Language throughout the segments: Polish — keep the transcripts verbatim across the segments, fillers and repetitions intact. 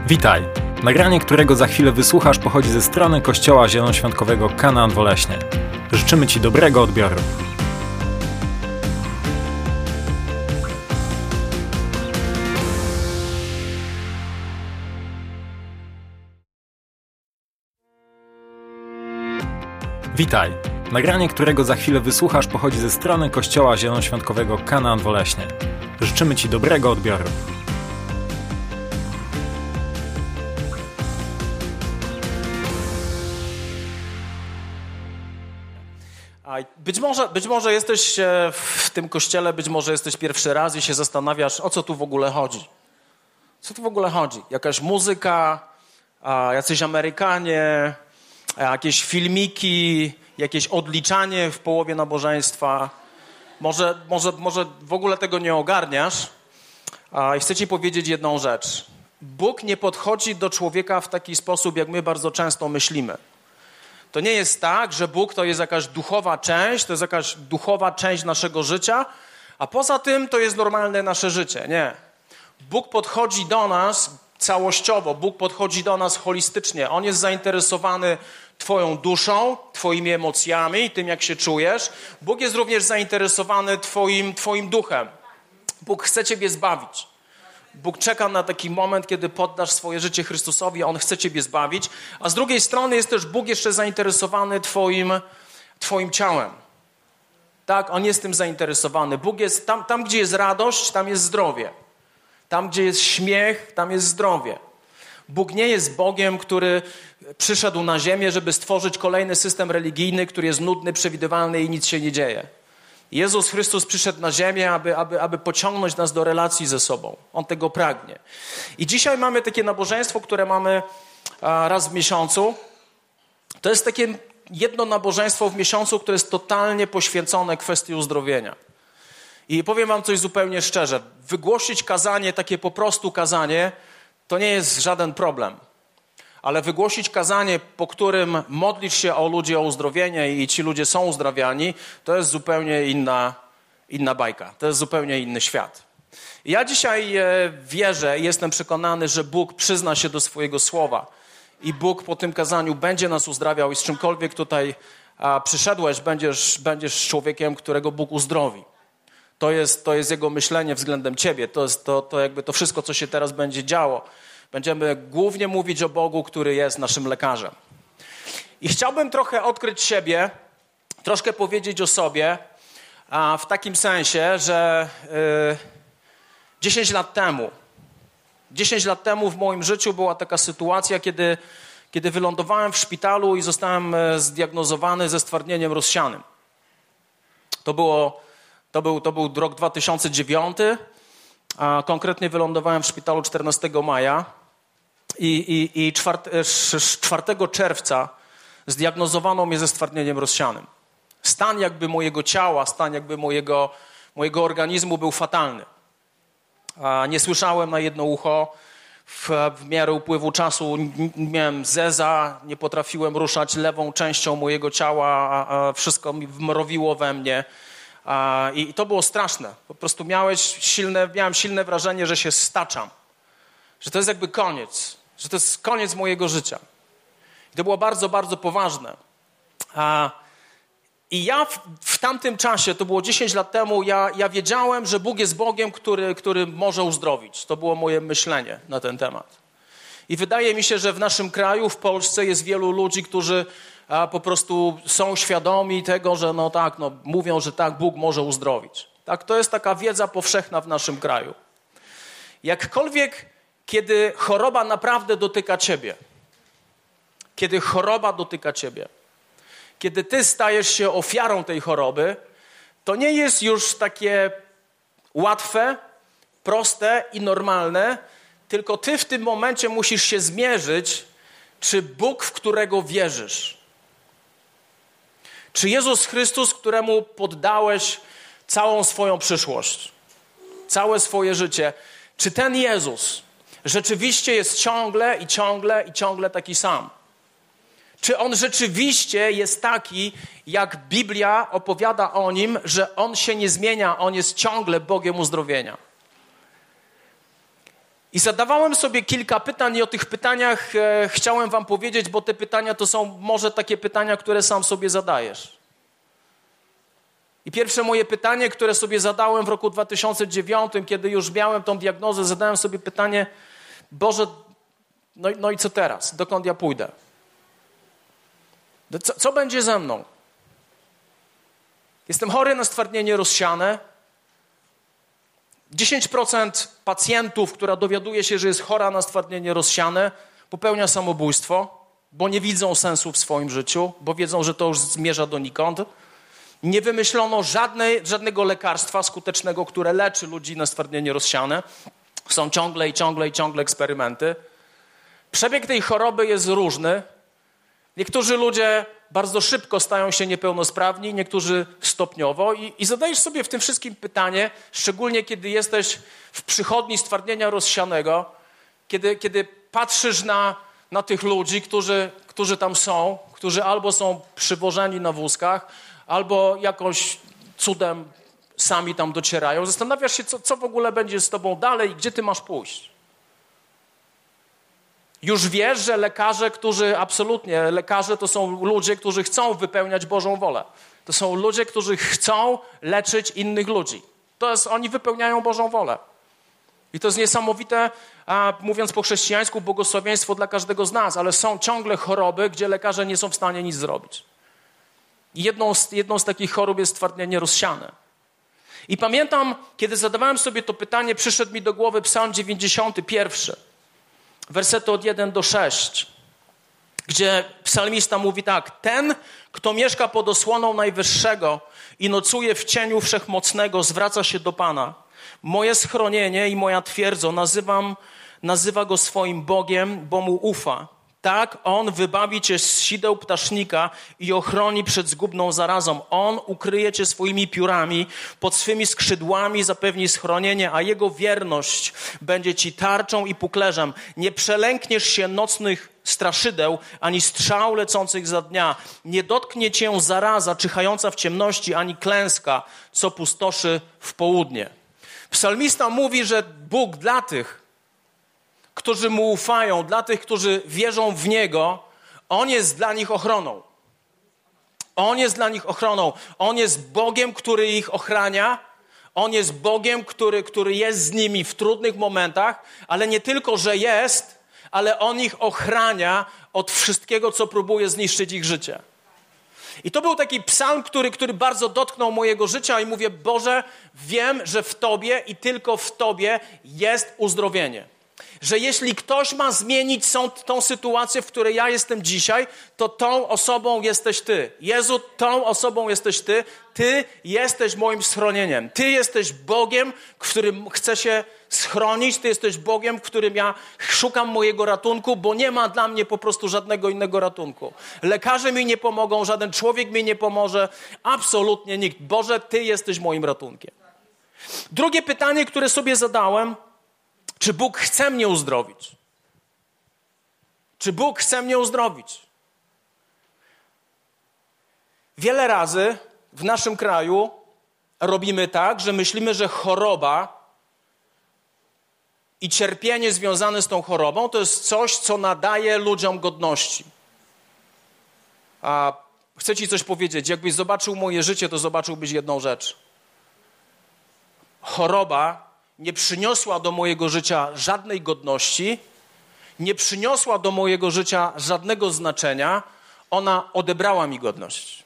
Witaj! Nagranie, którego za chwilę wysłuchasz, pochodzi ze strony Kościoła Zielonoświątkowego Kanaan Woleśnie. Życzymy Ci dobrego odbioru. Witaj! Nagranie, którego za chwilę wysłuchasz, pochodzi ze strony Kościoła Zielonoświątkowego Kanaan Woleśnie. Życzymy Ci dobrego odbioru. Być może, być może jesteś w tym kościele, być może jesteś pierwszy raz i się zastanawiasz, o co tu w ogóle chodzi. Co tu w ogóle chodzi? Jakaś muzyka, jacyś Amerykanie, jakieś filmiki, jakieś odliczanie w połowie nabożeństwa. Może, może, może w ogóle tego nie ogarniasz. I chcę Ci powiedzieć jedną rzecz. Bóg nie podchodzi do człowieka w taki sposób, jak my bardzo często myślimy. To nie jest tak, że Bóg to jest jakaś duchowa część, to jest jakaś duchowa część naszego życia, a poza tym to jest normalne nasze życie. Nie. Bóg podchodzi do nas całościowo, Bóg podchodzi do nas holistycznie. On jest zainteresowany Twoją duszą, Twoimi emocjami, tym jak się czujesz. Bóg jest również zainteresowany Twoim, twoim duchem. Bóg chce Ciebie zbawić. Bóg czeka na taki moment, kiedy poddasz swoje życie Chrystusowi, a On chce Ciebie zbawić. A z drugiej strony jest też Bóg jeszcze zainteresowany Twoim, twoim ciałem. Tak, On jest tym zainteresowany. Bóg jest tam, tam, gdzie jest radość, tam jest zdrowie. Tam, gdzie jest śmiech, tam jest zdrowie. Bóg nie jest Bogiem, który przyszedł na ziemię, żeby stworzyć kolejny system religijny, który jest nudny, przewidywalny i nic się nie dzieje. Jezus Chrystus przyszedł na ziemię, aby, aby, aby pociągnąć nas do relacji ze sobą. On tego pragnie. I dzisiaj mamy takie nabożeństwo, które mamy a, raz w miesiącu. To jest takie jedno nabożeństwo w miesiącu, które jest totalnie poświęcone kwestii uzdrowienia. I powiem wam coś zupełnie szczerze. Wygłosić kazanie, takie po prostu kazanie, to nie jest żaden problem. Ale wygłosić kazanie, po którym modlisz się o ludzi o uzdrowienie i ci ludzie są uzdrawiani, to jest zupełnie inna, inna bajka. To jest zupełnie inny świat. Ja dzisiaj wierzę i jestem przekonany, że Bóg przyzna się do swojego słowa. I Bóg po tym kazaniu będzie nas uzdrawiał i z czymkolwiek tutaj a, przyszedłeś, będziesz, będziesz człowiekiem, którego Bóg uzdrowi. To jest, to jest Jego myślenie względem ciebie. To jest to, to jakby to wszystko, co się teraz będzie działo. Będziemy głównie mówić o Bogu, który jest naszym lekarzem. I chciałbym trochę odkryć siebie, troszkę powiedzieć o sobie, a w takim sensie, że yy, dziesięć lat temu, dziesięć lat temu w moim życiu była taka sytuacja, kiedy, kiedy wylądowałem w szpitalu i zostałem zdiagnozowany ze stwardnieniem rozsianym. To było, to był, to był rok dwa tysiące dziewiąty, a konkretnie wylądowałem w szpitalu czternastego maja. I, i, i czwartego czerwca zdiagnozowano mnie ze stwardnieniem rozsianym. Stan jakby mojego ciała, stan jakby mojego, mojego organizmu był fatalny. A nie słyszałem na jedno ucho. W, w miarę upływu czasu miałem zeza, nie potrafiłem ruszać lewą częścią mojego ciała, a, a wszystko mi wmrowiło we mnie. A, i, I to było straszne. Po prostu miałeś silne, miałem silne wrażenie, że się staczam. Że to jest jakby koniec. Że to jest koniec mojego życia. I to było bardzo, bardzo poważne. A, I ja w, w tamtym czasie, to było dziesięć lat temu, ja, ja wiedziałem, że Bóg jest Bogiem, który, który może uzdrowić. To było moje myślenie na ten temat. I wydaje mi się, że w naszym kraju, w Polsce jest wielu ludzi, którzy a, po prostu są świadomi tego, że no tak, no, mówią, że tak, Bóg może uzdrowić. Tak, to jest taka wiedza powszechna w naszym kraju. Jakkolwiek Kiedy choroba naprawdę dotyka ciebie, kiedy choroba dotyka ciebie, kiedy ty stajesz się ofiarą tej choroby, to nie jest już takie łatwe, proste i normalne, tylko ty w tym momencie musisz się zmierzyć, czy Bóg, w którego wierzysz, czy Jezus Chrystus, któremu poddałeś całą swoją przyszłość, całe swoje życie, czy ten Jezus rzeczywiście jest ciągle i ciągle i ciągle taki sam? Czy On rzeczywiście jest taki, jak Biblia opowiada o Nim, że On się nie zmienia, On jest ciągle Bogiem uzdrowienia? I zadawałem sobie kilka pytań i o tych pytaniach e, chciałem wam powiedzieć, bo te pytania to są może takie pytania, które sam sobie zadajesz. I pierwsze moje pytanie, które sobie zadałem w roku dwa tysiące dziewiątym, kiedy już miałem tą diagnozę, zadałem sobie pytanie, Boże, no, no i co teraz? Dokąd ja pójdę? Co, co będzie ze mną? Jestem chory na stwardnienie rozsiane. dziesięć procent pacjentów, która dowiaduje się, że jest chora na stwardnienie rozsiane, popełnia samobójstwo, bo nie widzą sensu w swoim życiu, bo wiedzą, że to już zmierza donikąd. Nie wymyślono żadnej, żadnego lekarstwa skutecznego, które leczy ludzi na stwardnienie rozsiane. Są ciągle i ciągle i ciągle eksperymenty. Przebieg tej choroby jest różny. Niektórzy ludzie bardzo szybko stają się niepełnosprawni, niektórzy stopniowo. I, i zadajesz sobie w tym wszystkim pytanie, szczególnie kiedy jesteś w przychodni stwardnienia rozsianego, kiedy, kiedy patrzysz na, na tych ludzi, którzy, którzy tam są, którzy albo są przywożeni na wózkach, albo jakoś cudem sami tam docierają. Zastanawiasz się, co, co w ogóle będzie z tobą dalej i gdzie ty masz pójść. Już wiesz, że lekarze, którzy absolutnie, lekarze to są ludzie, którzy chcą wypełniać Bożą wolę. To są ludzie, którzy chcą leczyć innych ludzi. To jest, oni wypełniają Bożą wolę. I to jest niesamowite, a mówiąc po chrześcijańsku, błogosławieństwo dla każdego z nas, ale są ciągle choroby, gdzie lekarze nie są w stanie nic zrobić. I jedną z, jedną z takich chorób jest stwardnienie rozsiane. I pamiętam, kiedy zadawałem sobie to pytanie, przyszedł mi do głowy Psalm dziewięćdziesiąty pierwszy. Wersety od jeden do sześciu, gdzie psalmista mówi tak: ten, kto mieszka pod osłoną Najwyższego i nocuje w cieniu Wszechmocnego, zwraca się do Pana. Moje schronienie i moja twierdzo, nazywam, nazywa go swoim Bogiem, bo mu ufa. Tak, On wybawi cię z sideł ptasznika i ochroni przed zgubną zarazą. On ukryje cię swoimi piórami, pod swymi skrzydłami zapewni schronienie, a Jego wierność będzie ci tarczą i puklerzem. Nie przelękniesz się nocnych straszydeł, ani strzał lecących za dnia. Nie dotknie cię zaraza czyhająca w ciemności, ani klęska, co pustoszy w południe. Psalmista mówi, że Bóg dla tych, którzy Mu ufają, dla tych, którzy wierzą w Niego, On jest dla nich ochroną. On jest dla nich ochroną. On jest Bogiem, który ich ochrania. On jest Bogiem, który, który jest z nimi w trudnych momentach, ale nie tylko, że jest, ale On ich ochrania od wszystkiego, co próbuje zniszczyć ich życie. I to był taki psalm, który, który bardzo dotknął mojego życia i mówię: Boże, wiem, że w Tobie i tylko w Tobie jest uzdrowienie. Że jeśli ktoś ma zmienić są, tą sytuację, w której ja jestem dzisiaj, to tą osobą jesteś Ty. Jezu, tą osobą jesteś Ty. Ty jesteś moim schronieniem. Ty jesteś Bogiem, w którym chcę się schronić. Ty jesteś Bogiem, w którym ja szukam mojego ratunku, bo nie ma dla mnie po prostu żadnego innego ratunku. Lekarze mi nie pomogą, żaden człowiek mi nie pomoże. Absolutnie nikt. Boże, Ty jesteś moim ratunkiem. Drugie pytanie, które sobie zadałem: czy Bóg chce mnie uzdrowić? Czy Bóg chce mnie uzdrowić? Wiele razy w naszym kraju robimy tak, że myślimy, że choroba i cierpienie związane z tą chorobą to jest coś, co nadaje ludziom godności. A chcę ci coś powiedzieć. Jakbyś zobaczył moje życie, to zobaczyłbyś jedną rzecz. Choroba nie przyniosła do mojego życia żadnej godności, nie przyniosła do mojego życia żadnego znaczenia, ona odebrała mi godność.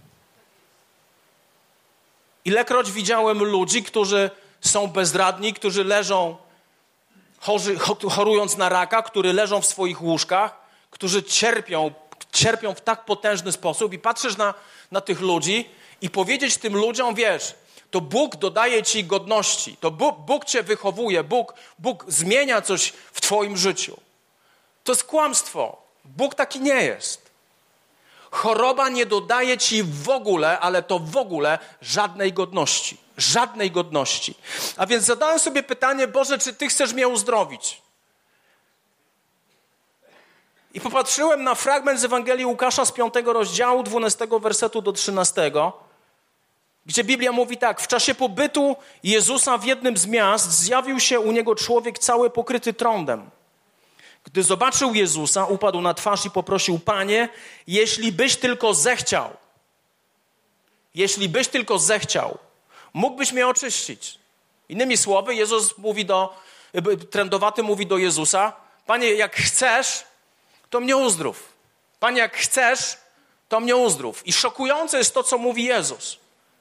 Ilekroć widziałem ludzi, którzy są bezradni, którzy leżą chorzy, chorując na raka, którzy leżą w swoich łóżkach, którzy cierpią, cierpią w tak potężny sposób i patrzysz na, na tych ludzi i powiedzieć tym ludziom: wiesz, to Bóg dodaje ci godności, to Bóg, Bóg cię wychowuje, Bóg, Bóg zmienia coś w twoim życiu. To jest kłamstwo. Bóg taki nie jest. Choroba nie dodaje ci w ogóle, ale to w ogóle żadnej godności. Żadnej godności. A więc zadałem sobie pytanie: Boże, czy Ty chcesz mnie uzdrowić? I popatrzyłem na fragment z Ewangelii Łukasza z piątego rozdziału, dwunastego wersetu do trzynastego. gdzie Biblia mówi tak: w czasie pobytu Jezusa w jednym z miast zjawił się u niego człowiek cały pokryty trądem. Gdy zobaczył Jezusa, upadł na twarz i poprosił: Panie, jeśli byś tylko zechciał, jeśli byś tylko zechciał, mógłbyś mnie oczyścić. Innymi słowy, Jezus mówi do, trędowaty mówi do Jezusa: Panie, jak chcesz, to mnie uzdrów. Panie, jak chcesz, to mnie uzdrów. I szokujące jest to, co mówi Jezus.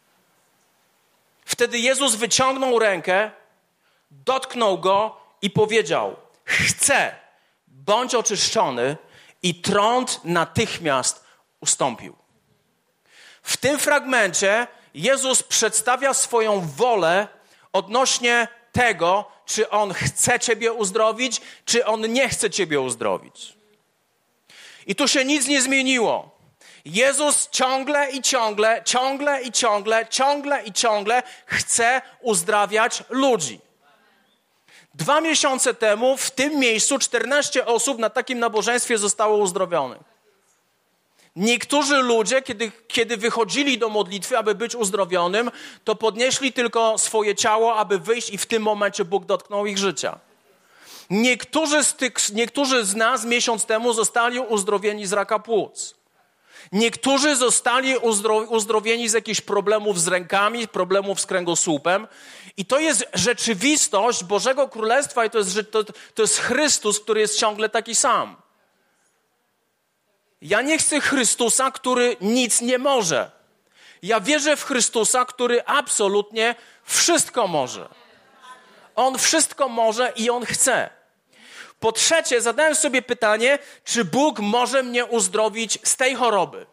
Wtedy Jezus wyciągnął rękę, dotknął go i powiedział: chcę, bądź oczyszczony. I trąd natychmiast ustąpił. W tym fragmencie Jezus przedstawia swoją wolę odnośnie tego, czy On chce ciebie uzdrowić, czy On nie chce ciebie uzdrowić. I tu się nic nie zmieniło. Jezus ciągle i ciągle, ciągle i ciągle, ciągle i ciągle chce uzdrawiać ludzi. Dwa miesiące temu w tym miejscu czternaście osób na takim nabożeństwie zostało uzdrowionych. Niektórzy ludzie, kiedy, kiedy wychodzili do modlitwy, aby być uzdrowionym, to podnieśli tylko swoje ciało, aby wyjść, i w tym momencie Bóg dotknął ich życia. Niektórzy z, tych, niektórzy z nas miesiąc temu zostali uzdrowieni z raka płuc. Niektórzy zostali uzdro- uzdrowieni z jakichś problemów z rękami, problemów z kręgosłupem. I to jest rzeczywistość Bożego Królestwa i to jest, to, to jest Chrystus, który jest ciągle taki sam. Ja nie chcę Chrystusa, który nic nie może. Ja wierzę w Chrystusa, który absolutnie wszystko może. On wszystko może i On chce. Po trzecie, zadałem sobie pytanie, czy Bóg może mnie uzdrowić z tej choroby?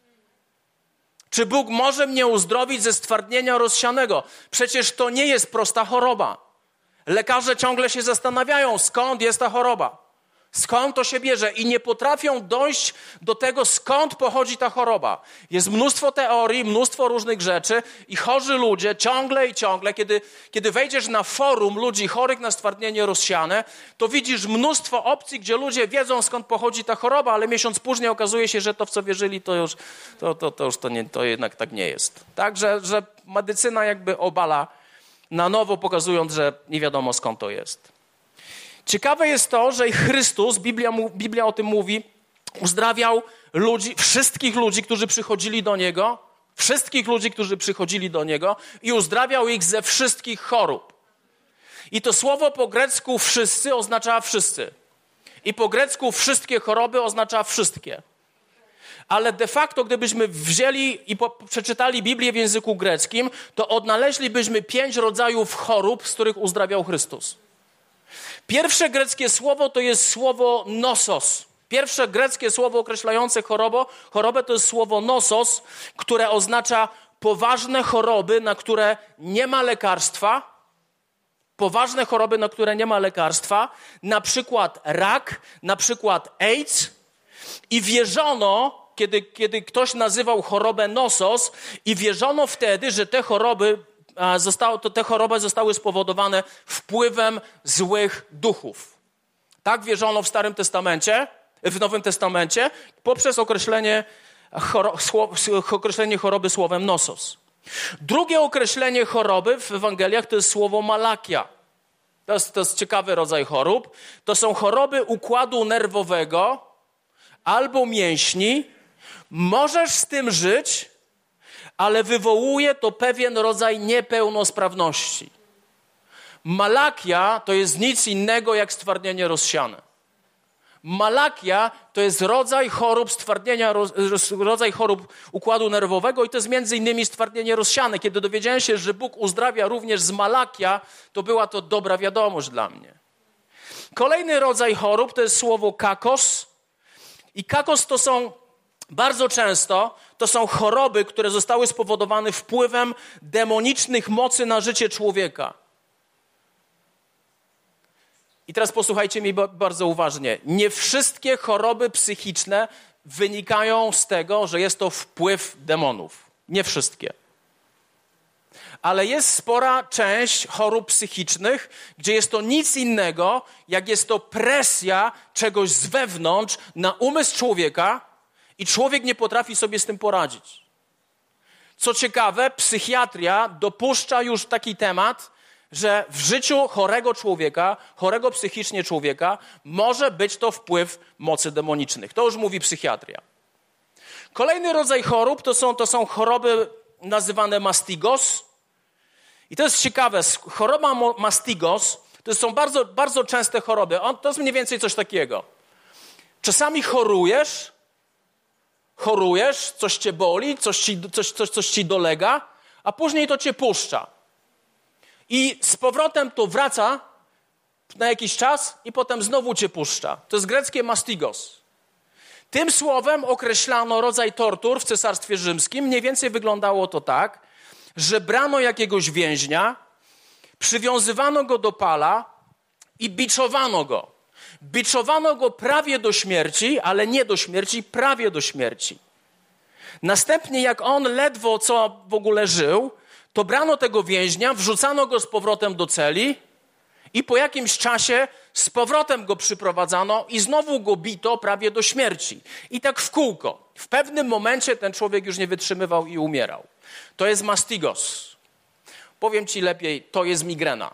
Czy Bóg może mnie uzdrowić ze stwardnienia rozsianego? Przecież to nie jest prosta choroba. Lekarze ciągle się zastanawiają, skąd jest ta choroba. Skąd to się bierze? I nie potrafią dojść do tego, skąd pochodzi ta choroba. Jest mnóstwo teorii, mnóstwo różnych rzeczy i chorzy ludzie ciągle i ciągle, kiedy, kiedy wejdziesz na forum ludzi chorych na stwardnienie rozsiane, to widzisz mnóstwo opcji, gdzie ludzie wiedzą, skąd pochodzi ta choroba, ale miesiąc później okazuje się, że to, w co wierzyli, to już, to, to, to już to, nie, to jednak tak nie jest. Tak, że, że medycyna jakby obala na nowo, pokazując, że nie wiadomo, skąd to jest. Ciekawe jest to, że Chrystus, Biblia, Biblia o tym mówi, uzdrawiał ludzi, wszystkich ludzi, którzy przychodzili do Niego, wszystkich ludzi, którzy przychodzili do Niego i uzdrawiał ich ze wszystkich chorób. I to słowo po grecku wszyscy oznacza wszyscy. I po grecku wszystkie choroby oznacza wszystkie. Ale de facto, gdybyśmy wzięli i po, przeczytali Biblię w języku greckim, to odnaleźlibyśmy pięć rodzajów chorób, z których uzdrawiał Chrystus. Pierwsze greckie słowo to jest słowo nosos. Pierwsze greckie słowo określające chorobę, chorobę to jest słowo nosos, które oznacza poważne choroby, na które nie ma lekarstwa. Poważne choroby, na które nie ma lekarstwa. Na przykład rak, na przykład AIDS. I wierzono, kiedy, kiedy ktoś nazywał chorobę nosos, i wierzono wtedy, że te choroby Zostało, to te choroby zostały spowodowane wpływem złych duchów. Tak wierzono w Starym Testamencie, w Nowym Testamencie, poprzez określenie, choro, określenie choroby słowem nosos. Drugie określenie choroby w Ewangeliach to jest słowo malakia. To jest, to jest ciekawy rodzaj chorób. To są choroby układu nerwowego albo mięśni. Możesz z tym żyć, ale wywołuje to pewien rodzaj niepełnosprawności. Malakia to jest nic innego jak stwardnienie rozsiane. Malakia to jest rodzaj chorób stwardnienia, rodzaj chorób układu nerwowego i to jest między innymi stwardnienie rozsiane. Kiedy dowiedziałem się, że Bóg uzdrawia również z malakia, to była to dobra wiadomość dla mnie. Kolejny rodzaj chorób to jest słowo kakos. I kakos to są bardzo często to są choroby, które zostały spowodowane wpływem demonicznych mocy na życie człowieka. I teraz posłuchajcie mnie bardzo uważnie. Nie wszystkie choroby psychiczne wynikają z tego, że jest to wpływ demonów. Nie wszystkie. Ale jest spora część chorób psychicznych, gdzie jest to nic innego, jak jest to presja czegoś z wewnątrz na umysł człowieka, i człowiek nie potrafi sobie z tym poradzić. Co ciekawe, psychiatria dopuszcza już taki temat, że w życiu chorego człowieka, chorego psychicznie człowieka, może być to wpływ mocy demonicznych. To już mówi psychiatria. Kolejny rodzaj chorób to są, to są choroby nazywane mastigos. I to jest ciekawe. Choroba mastigos to są bardzo, bardzo częste choroby. To jest mniej więcej coś takiego. Czasami chorujesz, chorujesz, coś cię boli, coś ci, coś, coś, coś ci dolega, a później to cię puszcza. I z powrotem to wraca na jakiś czas i potem znowu cię puszcza. To jest greckie mastigos. Tym słowem określano rodzaj tortur w Cesarstwie Rzymskim. Mniej więcej wyglądało to tak, że brano jakiegoś więźnia, przywiązywano go do pala i biczowano go. Biczowano go prawie do śmierci, ale nie do śmierci, prawie do śmierci. Następnie, jak on ledwo co w ogóle żył, to brano tego więźnia, wrzucano go z powrotem do celi i po jakimś czasie z powrotem go przyprowadzano i znowu go bito prawie do śmierci. I tak w kółko. W pewnym momencie ten człowiek już nie wytrzymywał i umierał. To jest mastigos. Powiem ci lepiej, to jest migrena.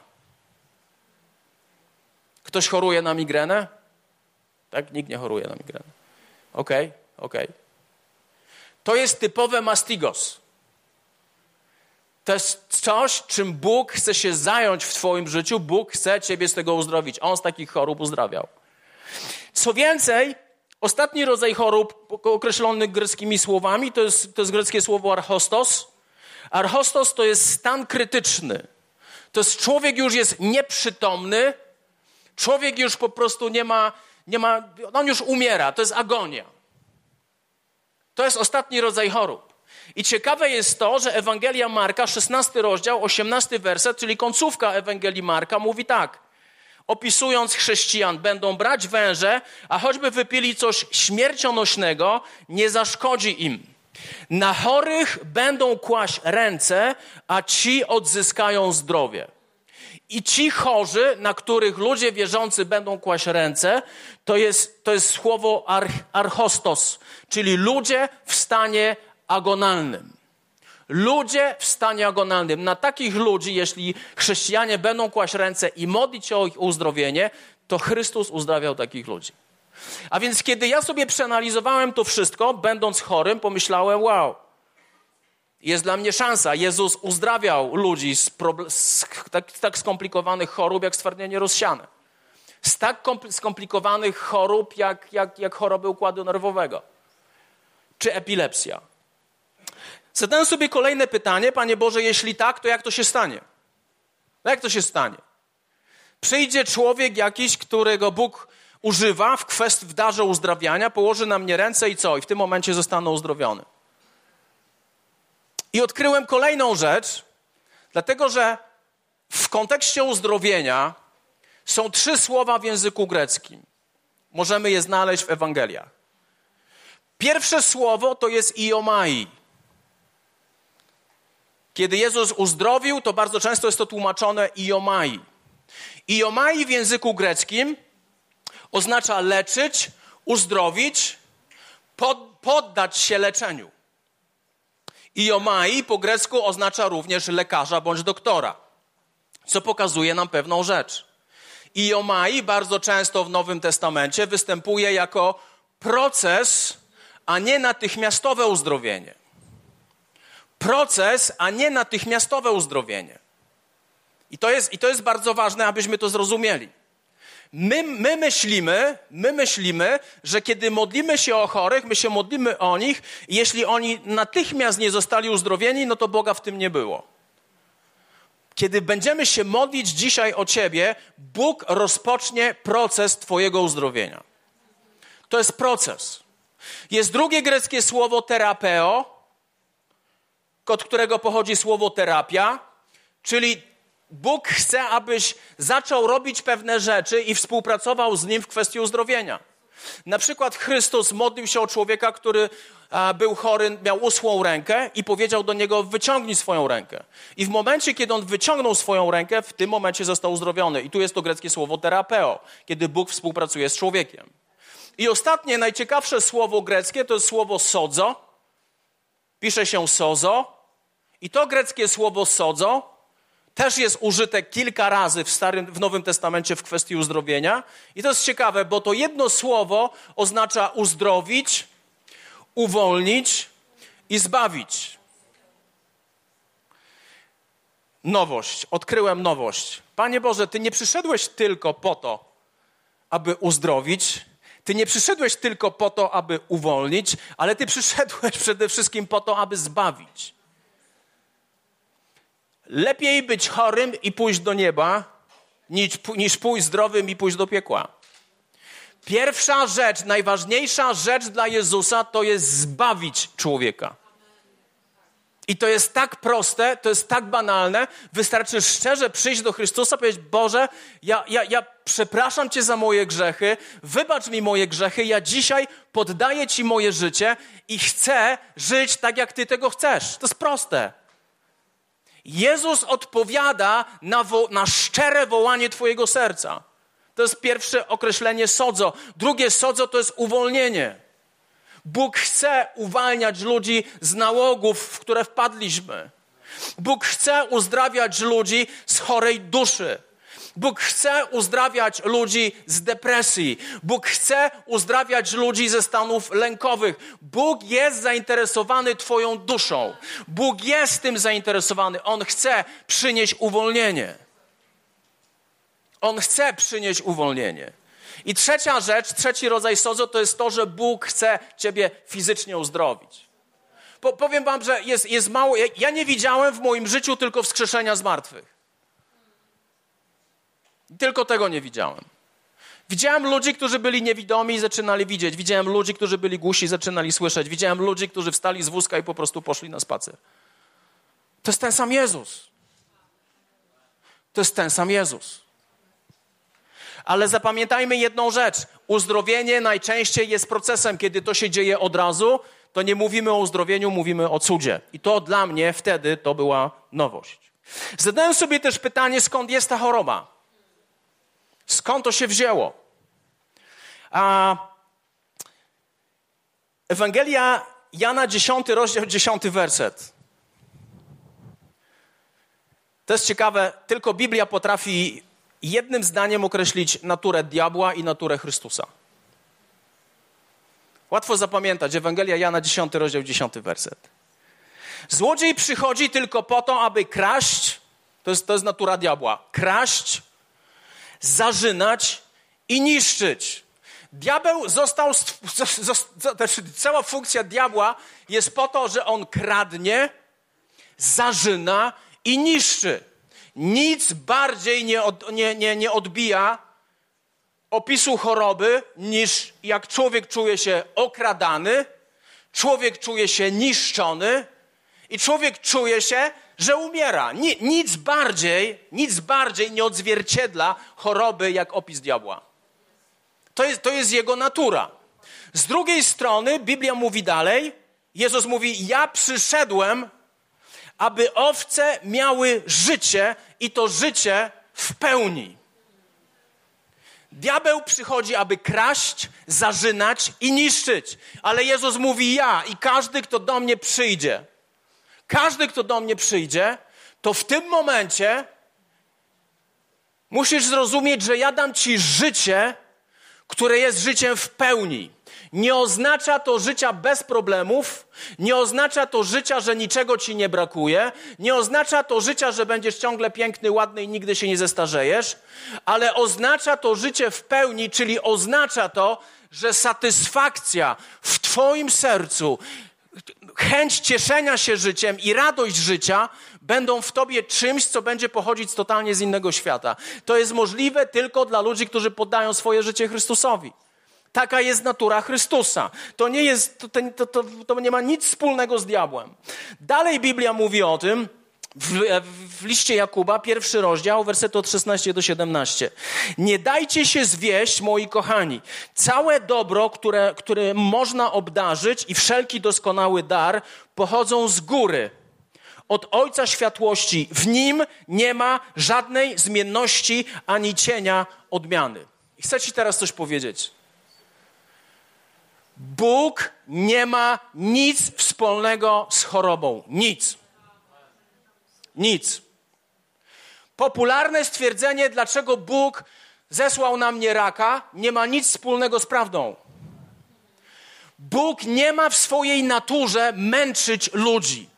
Ktoś choruje na migrenę? Tak? Nikt nie choruje na migrenę. Okej, okay, okej. Okay. To jest typowe mastigos. To jest coś, czym Bóg chce się zająć w twoim życiu. Bóg chce ciebie z tego uzdrowić. On z takich chorób uzdrawiał. Co więcej, ostatni rodzaj chorób określony greckimi słowami to jest, to jest greckie słowo archostos. Archostos to jest stan krytyczny. To jest człowiek już jest nieprzytomny. Człowiek już po prostu nie ma, nie ma, on już umiera. To jest agonia. To jest ostatni rodzaj chorób. I ciekawe jest to, że Ewangelia Marka, szesnasty rozdział, osiemnasty werset, czyli końcówka Ewangelii Marka, mówi tak. Opisując chrześcijan, będą brać węże, a choćby wypili coś śmiercionośnego, nie zaszkodzi im. Na chorych będą kłaść ręce, a ci odzyskają zdrowie. I ci chorzy, na których ludzie wierzący będą kłaść ręce, to jest, to jest słowo arch, archostos, czyli ludzie w stanie agonalnym. Ludzie w stanie agonalnym. Na takich ludzi, jeśli chrześcijanie będą kłaść ręce i modlić się o ich uzdrowienie, to Chrystus uzdrawiał takich ludzi. A więc kiedy ja sobie przeanalizowałem to wszystko, będąc chorym, pomyślałem, wow, jest dla mnie szansa. Jezus uzdrawiał ludzi z, proble- z tak, tak skomplikowanych chorób, jak stwardnienie rozsiane. Z tak kompl- skomplikowanych chorób, jak, jak, jak choroby układu nerwowego. Czy epilepsja. Zadałem sobie kolejne pytanie, Panie Boże, jeśli tak, to jak to się stanie? No jak to się stanie? Przyjdzie człowiek jakiś, którego Bóg używa w kwestii w darze uzdrawiania, położy na mnie ręce i co? I w tym momencie zostanę uzdrowiony. I odkryłem kolejną rzecz, dlatego że w kontekście uzdrowienia są trzy słowa w języku greckim. Możemy je znaleźć w Ewangeliach. Pierwsze słowo to jest iomai. Kiedy Jezus uzdrowił, to bardzo często jest to tłumaczone iomai. Iomai w języku greckim oznacza leczyć, uzdrowić, pod, poddać się leczeniu. Iomai po grecku oznacza również lekarza bądź doktora, co pokazuje nam pewną rzecz. Iomai bardzo często w Nowym Testamencie występuje jako proces, a nie natychmiastowe uzdrowienie. Proces, a nie natychmiastowe uzdrowienie. I to jest, i to jest bardzo ważne, abyśmy to zrozumieli. My, my myślimy, my myślimy, że kiedy modlimy się o chorych, my się modlimy o nich i jeśli oni natychmiast nie zostali uzdrowieni, no to Boga w tym nie było. Kiedy będziemy się modlić dzisiaj o ciebie, Bóg rozpocznie proces twojego uzdrowienia. To jest proces. Jest drugie greckie słowo terapeo, od którego pochodzi słowo terapia, czyli Bóg chce, abyś zaczął robić pewne rzeczy i współpracował z Nim w kwestii uzdrowienia. Na przykład Chrystus modlił się o człowieka, który a, był chory, miał uschłą rękę i powiedział do niego, wyciągnij swoją rękę. I w momencie, kiedy on wyciągnął swoją rękę, w tym momencie został uzdrowiony. I tu jest to greckie słowo terapeo, kiedy Bóg współpracuje z człowiekiem. I ostatnie, najciekawsze słowo greckie to jest słowo sozo. Pisze się sozo. I to greckie słowo sodzo też jest użyte kilka razy w, Starym, w Nowym Testamencie w kwestii uzdrowienia. I to jest ciekawe, bo to jedno słowo oznacza uzdrowić, uwolnić i zbawić. Nowość. Odkryłem nowość. Panie Boże, Ty nie przyszedłeś tylko po to, aby uzdrowić. Ty nie przyszedłeś tylko po to, aby uwolnić, ale Ty przyszedłeś przede wszystkim po to, aby zbawić. Lepiej być chorym i pójść do nieba, niż, niż pójść zdrowym i pójść do piekła. Pierwsza rzecz, najważniejsza rzecz dla Jezusa to jest zbawić człowieka. I to jest tak proste, to jest tak banalne. Wystarczy szczerze przyjść do Chrystusa i powiedzieć: Boże, ja, ja, ja przepraszam Cię za moje grzechy, wybacz mi moje grzechy, ja dzisiaj poddaję Ci moje życie i chcę żyć tak, jak Ty tego chcesz. To jest proste. Jezus odpowiada na, wo- na szczere wołanie Twojego serca. To jest pierwsze określenie sodzo. Drugie sodzo to jest uwolnienie. Bóg chce uwalniać ludzi z nałogów, w które wpadliśmy. Bóg chce uzdrawiać ludzi z chorej duszy. Bóg chce uzdrawiać ludzi z depresji. Bóg chce uzdrawiać ludzi ze stanów lękowych. Bóg jest zainteresowany Twoją duszą. Bóg jest tym zainteresowany. On chce przynieść uwolnienie. On chce przynieść uwolnienie. I trzecia rzecz, trzeci rodzaj sodzo to jest to, że Bóg chce Ciebie fizycznie uzdrowić. Po, powiem wam, że jest, jest mało... Ja, ja nie widziałem w moim życiu tylko wskrzeszenia z martwych. Tylko tego nie widziałem. Widziałem ludzi, którzy byli niewidomi i zaczynali widzieć. Widziałem ludzi, którzy byli głusi i zaczynali słyszeć. Widziałem ludzi, którzy wstali z wózka i po prostu poszli na spacer. To jest ten sam Jezus. To jest ten sam Jezus. Ale zapamiętajmy jedną rzecz. Uzdrowienie najczęściej jest procesem. Kiedy to się dzieje od razu, to nie mówimy o uzdrowieniu, mówimy o cudzie. I to dla mnie wtedy to była nowość. Zadałem sobie też pytanie, skąd jest ta choroba? Skąd to się wzięło? A Ewangelia Jana, dziesiąty rozdział, dziesiąty werset. To jest ciekawe, tylko Biblia potrafi jednym zdaniem określić naturę diabła i naturę Chrystusa. Łatwo zapamiętać. Ewangelia Jana, dziesiąty rozdział, dziesiąty werset. Złodziej przychodzi tylko po to, aby kraść, to jest, to jest natura diabła, kraść, zarzynać i niszczyć. Diabeł został, cała funkcja diabła jest po to, że on kradnie, zarzyna i niszczy. Nic bardziej nie, od, nie, nie, nie odbija opisu choroby, niż jak człowiek czuje się okradany, człowiek czuje się niszczony i człowiek czuje się, że umiera. Ni, nic bardziej, nic bardziej nie odzwierciedla choroby jak opis diabła. To jest, to jest jego natura. Z drugiej strony Biblia mówi dalej, Jezus mówi: ja przyszedłem, aby owce miały życie i to życie w pełni. Diabeł przychodzi, aby kraść, zarzynać i niszczyć. Ale Jezus mówi: ja i każdy, kto do mnie przyjdzie, każdy, kto do mnie przyjdzie, to w tym momencie musisz zrozumieć, że ja dam ci życie, które jest życiem w pełni. Nie oznacza to życia bez problemów, nie oznacza to życia, że niczego ci nie brakuje, nie oznacza to życia, że będziesz ciągle piękny, ładny i nigdy się nie zestarzejesz, ale oznacza to życie w pełni, czyli oznacza to, że satysfakcja w twoim sercu, chęć cieszenia się życiem i radość życia będą w tobie czymś, co będzie pochodzić totalnie z innego świata. To jest możliwe tylko dla ludzi, którzy poddają swoje życie Chrystusowi. Taka jest natura Chrystusa. To nie jest, to, to, to, to nie ma nic wspólnego z diabłem. Dalej Biblia mówi o tym w, w liście Jakuba, pierwszy rozdział, wersety od szesnastego do siedemnastego. Nie dajcie się zwieść, moi kochani. Całe dobro, które, które można obdarzyć i wszelki doskonały dar pochodzą z góry, od Ojca Światłości. W Nim nie ma żadnej zmienności ani cienia odmiany. I chcę ci teraz coś powiedzieć. Bóg nie ma nic wspólnego z chorobą. Nic. Nic. Popularne stwierdzenie, dlaczego Bóg zesłał na mnie raka, nie ma nic wspólnego z prawdą. Bóg nie ma w swojej naturze męczyć ludzi.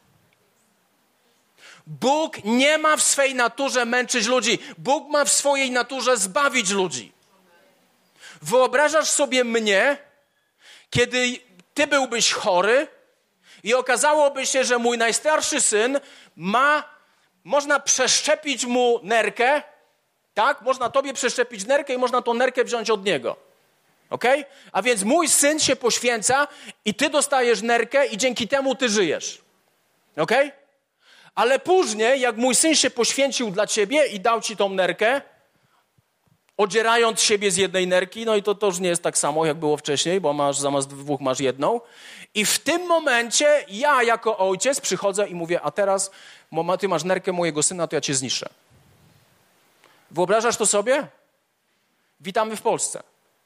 Bóg nie ma w swej naturze męczyć ludzi. Bóg ma w swojej naturze zbawić ludzi. Wyobrażasz sobie mnie, kiedy ty byłbyś chory i okazałoby się, że mój najstarszy syn ma, można przeszczepić mu nerkę, tak? Można tobie przeszczepić nerkę i można tą nerkę wziąć od niego. Okej? Okay? A więc mój syn się poświęca i ty dostajesz nerkę i dzięki temu ty żyjesz. Okej? Okay? Ale później, jak mój syn się poświęcił dla ciebie i dał ci tą nerkę, odzierając siebie z jednej nerki, no i to, to już nie jest tak samo, jak było wcześniej, bo masz zamiast dwóch masz jedną. I w tym momencie ja jako ojciec przychodzę i mówię, a teraz mama, ty masz nerkę mojego syna, to ja cię zniszczę. Wyobrażasz to sobie? Witamy w Polsce.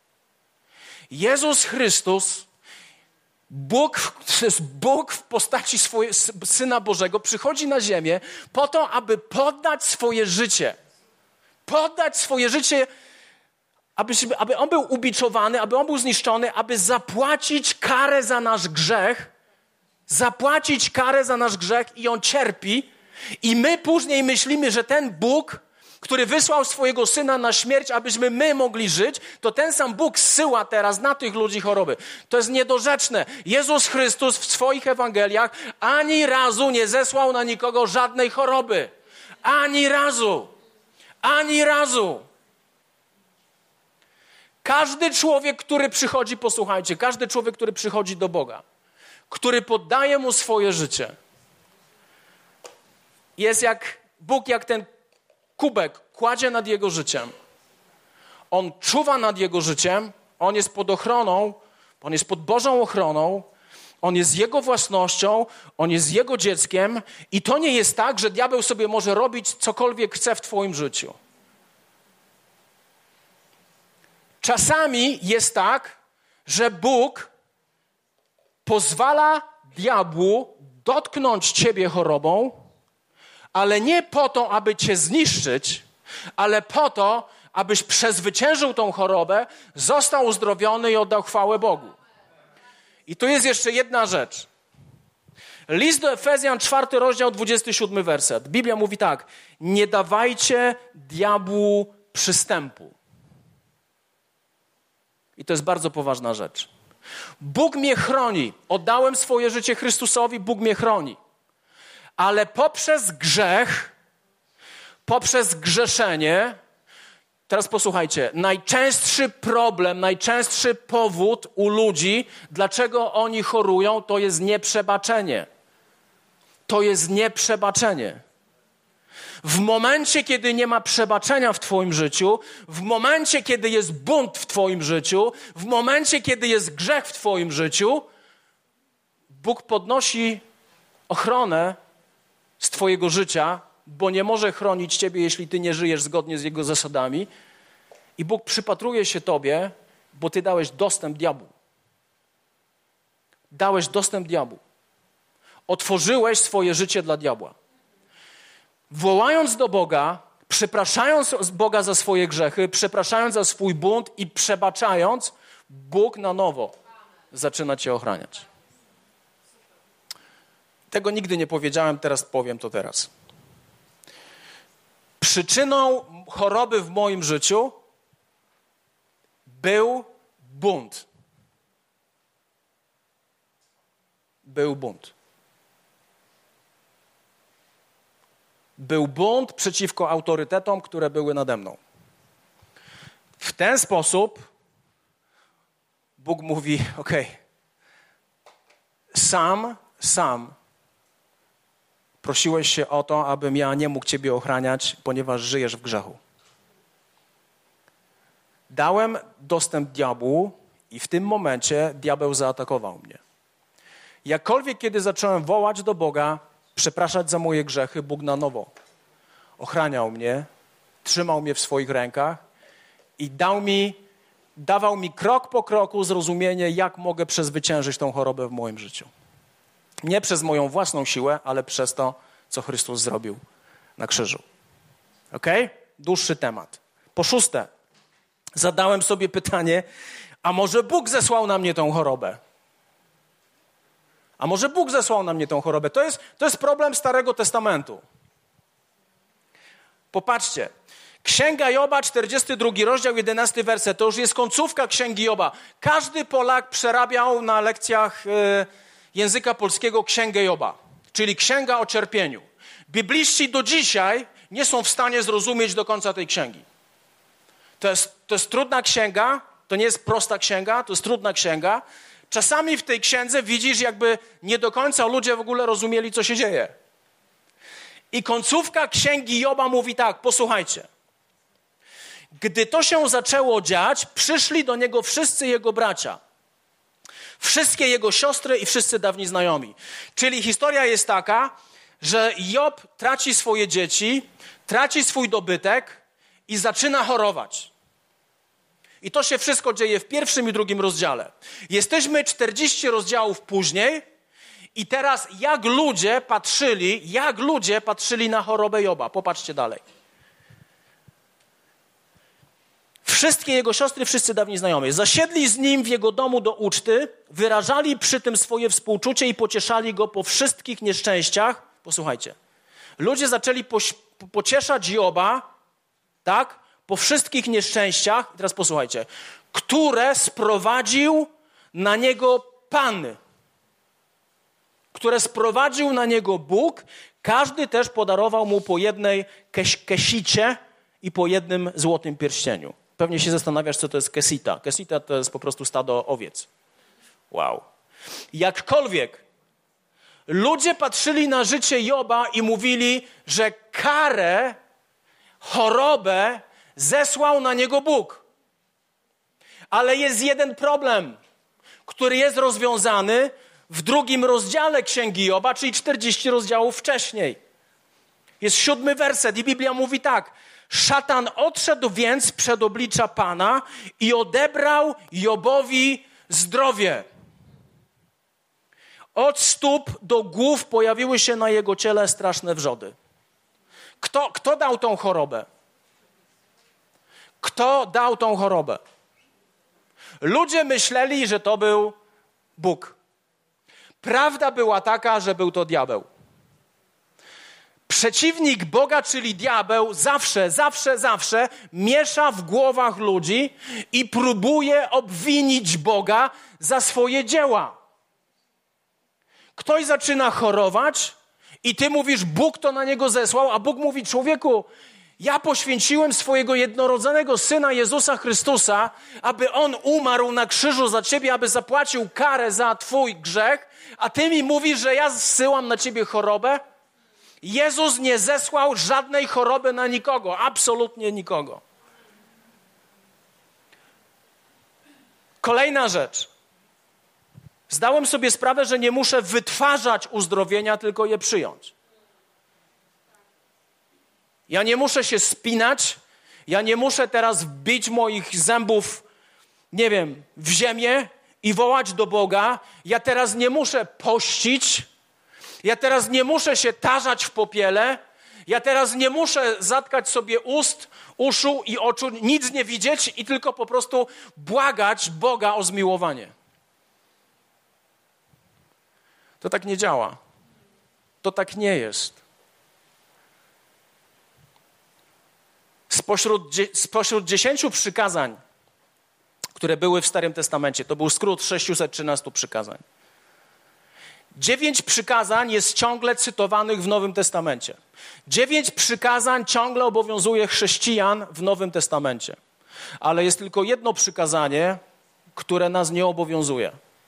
Jezus Chrystus, Bóg, to jest Bóg w postaci swojego Syna Bożego, przychodzi na ziemię po to, aby poddać swoje życie. Poddać swoje życie, aby, aby On był ubiczowany, aby On był zniszczony, aby zapłacić karę za nasz grzech, zapłacić karę za nasz grzech i On cierpi. I my później myślimy, że ten Bóg, który wysłał swojego Syna na śmierć, abyśmy my mogli żyć, to ten sam Bóg zsyła teraz na tych ludzi choroby. To jest niedorzeczne. Jezus Chrystus w swoich Ewangeliach ani razu nie zesłał na nikogo żadnej choroby. Ani razu. Ani razu. Każdy człowiek, który przychodzi, posłuchajcie, każdy człowiek, który przychodzi do Boga, który poddaje Mu swoje życie, jest jak Bóg, jak ten kubek kładzie nad jego życiem. On czuwa nad jego życiem, on jest pod ochroną, on jest pod Bożą ochroną, on jest jego własnością, on jest jego dzieckiem i to nie jest tak, że diabeł sobie może robić cokolwiek chce w twoim życiu. Czasami jest tak, że Bóg pozwala diabłu dotknąć ciebie chorobą, ale nie po to, aby cię zniszczyć, ale po to, abyś przezwyciężył tą chorobę, został uzdrowiony i oddał chwałę Bogu. I tu jest jeszcze jedna rzecz. List do Efezjan, czwarty rozdział, dwudziesty siódmy werset. Biblia mówi tak: nie dawajcie diabłu przystępu. I to jest bardzo poważna rzecz. Bóg mnie chroni. Oddałem swoje życie Chrystusowi, Bóg mnie chroni. Ale poprzez grzech, poprzez grzeszenie, teraz posłuchajcie, najczęstszy problem, najczęstszy powód u ludzi, dlaczego oni chorują, to jest nieprzebaczenie. To jest nieprzebaczenie. W momencie, kiedy nie ma przebaczenia w twoim życiu, w momencie, kiedy jest bunt w twoim życiu, w momencie, kiedy jest grzech w twoim życiu, Bóg podnosi ochronę z twojego życia, bo nie może chronić ciebie, jeśli ty nie żyjesz zgodnie z Jego zasadami. I Bóg przypatruje się tobie, bo ty dałeś dostęp diabłu. Dałeś dostęp diabłu. Otworzyłeś swoje życie dla diabła. Wołając do Boga, przepraszając Boga za swoje grzechy, przepraszając za swój bunt i przebaczając, Bóg na nowo zaczyna cię ochraniać. Tego nigdy nie powiedziałem, teraz powiem to teraz. Przyczyną choroby w moim życiu był bunt. Był bunt. Był bunt przeciwko autorytetom, które były nade mną. W ten sposób Bóg mówi, okej, okay, sam, sam prosiłeś się o to, abym ja nie mógł ciebie ochraniać, ponieważ żyjesz w grzechu. Dałem dostęp diabłu i w tym momencie diabeł zaatakował mnie. Jakkolwiek kiedy zacząłem wołać do Boga, przepraszać za moje grzechy, Bóg na nowo ochraniał mnie, trzymał mnie w swoich rękach i dał mi, dawał mi krok po kroku zrozumienie, jak mogę przezwyciężyć tą chorobę w moim życiu. Nie przez moją własną siłę, ale przez to, co Chrystus zrobił na krzyżu. Okej? Okay? Dłuższy temat. Po szóste, zadałem sobie pytanie, a może Bóg zesłał na mnie tą chorobę? A może Bóg zesłał na mnie tą chorobę? To jest, to jest problem Starego Testamentu. Popatrzcie. Księga Joba, czterdziesty drugi rozdział, jedenasty werset. To już jest końcówka Księgi Joba. Każdy Polak przerabiał na lekcjach y, języka polskiego Księgę Joba, czyli Księga o cierpieniu. Bibliści do dzisiaj nie są w stanie zrozumieć do końca tej księgi. To jest, to jest trudna księga, to nie jest prosta księga, to jest trudna księga. Czasami w tej księdze widzisz, jakby nie do końca ludzie w ogóle rozumieli, co się dzieje. I końcówka Księgi Joba mówi tak, posłuchajcie. Gdy to się zaczęło dziać, przyszli do niego wszyscy jego bracia. Wszystkie jego siostry i wszyscy dawni znajomi. Czyli historia jest taka, że Job traci swoje dzieci, traci swój dobytek i zaczyna chorować. I to się wszystko dzieje w pierwszym i drugim rozdziale. Jesteśmy czterdzieści rozdziałów później i teraz jak ludzie patrzyli, jak ludzie patrzyli na chorobę Joba. Popatrzcie dalej. Wszystkie jego siostry, wszyscy dawni znajomi, zasiedli z nim w jego domu do uczty, wyrażali przy tym swoje współczucie i pocieszali go po wszystkich nieszczęściach. Posłuchajcie. Ludzie zaczęli poś- pocieszać Joba, tak, po wszystkich nieszczęściach, i teraz posłuchajcie, które sprowadził na niego Pan, które sprowadził na niego Bóg. Każdy też podarował mu po jednej kes- kesicie i po jednym złotym pierścieniu. Pewnie się zastanawiasz, co to jest kesita. Kesita to jest po prostu stado owiec. Wow. Jakkolwiek ludzie patrzyli na życie Joba i mówili, że karę, chorobę zesłał na niego Bóg. Ale jest jeden problem, który jest rozwiązany w drugim rozdziale Księgi Joba, czyli czterdzieści rozdziałów wcześniej. Jest siódmy werset i Biblia mówi tak. Szatan odszedł więc przed oblicza Pana i odebrał Jobowi zdrowie. Od stóp do głów pojawiły się na jego ciele straszne wrzody. Kto, kto dał tą chorobę? Kto dał tą chorobę? Ludzie myśleli, że to był Bóg. Prawda była taka, że był to diabeł. Przeciwnik Boga, czyli diabeł, zawsze, zawsze, zawsze miesza w głowach ludzi i próbuje obwinić Boga za swoje dzieła. Ktoś zaczyna chorować i ty mówisz, Bóg to na niego zesłał, a Bóg mówi, człowieku, ja poświęciłem swojego jednorodzonego Syna Jezusa Chrystusa, aby On umarł na krzyżu za ciebie, aby zapłacił karę za twój grzech, a ty mi mówisz, że ja zsyłam na ciebie chorobę? Jezus nie zesłał żadnej choroby na nikogo, absolutnie nikogo. Kolejna rzecz. Zdałem sobie sprawę, że nie muszę wytwarzać uzdrowienia, tylko je przyjąć. Ja nie muszę się spinać, ja nie muszę teraz wbić moich zębów, nie wiem, w ziemię i wołać do Boga. Ja teraz nie muszę pościć, ja teraz nie muszę się tarzać w popiele, ja teraz nie muszę zatkać sobie ust, uszu i oczu, nic nie widzieć i tylko po prostu błagać Boga o zmiłowanie. To tak nie działa. To tak nie jest. Spośród, spośród dziesięciu przykazań, które były w Starym Testamencie, to był skrót sześciuset trzynastu przykazań. Dziewięć przykazań jest ciągle cytowanych w Nowym Testamencie. Dziewięć przykazań ciągle obowiązuje chrześcijan w Nowym Testamencie. Ale jest tylko jedno przykazanie, które nas nie obowiązuje.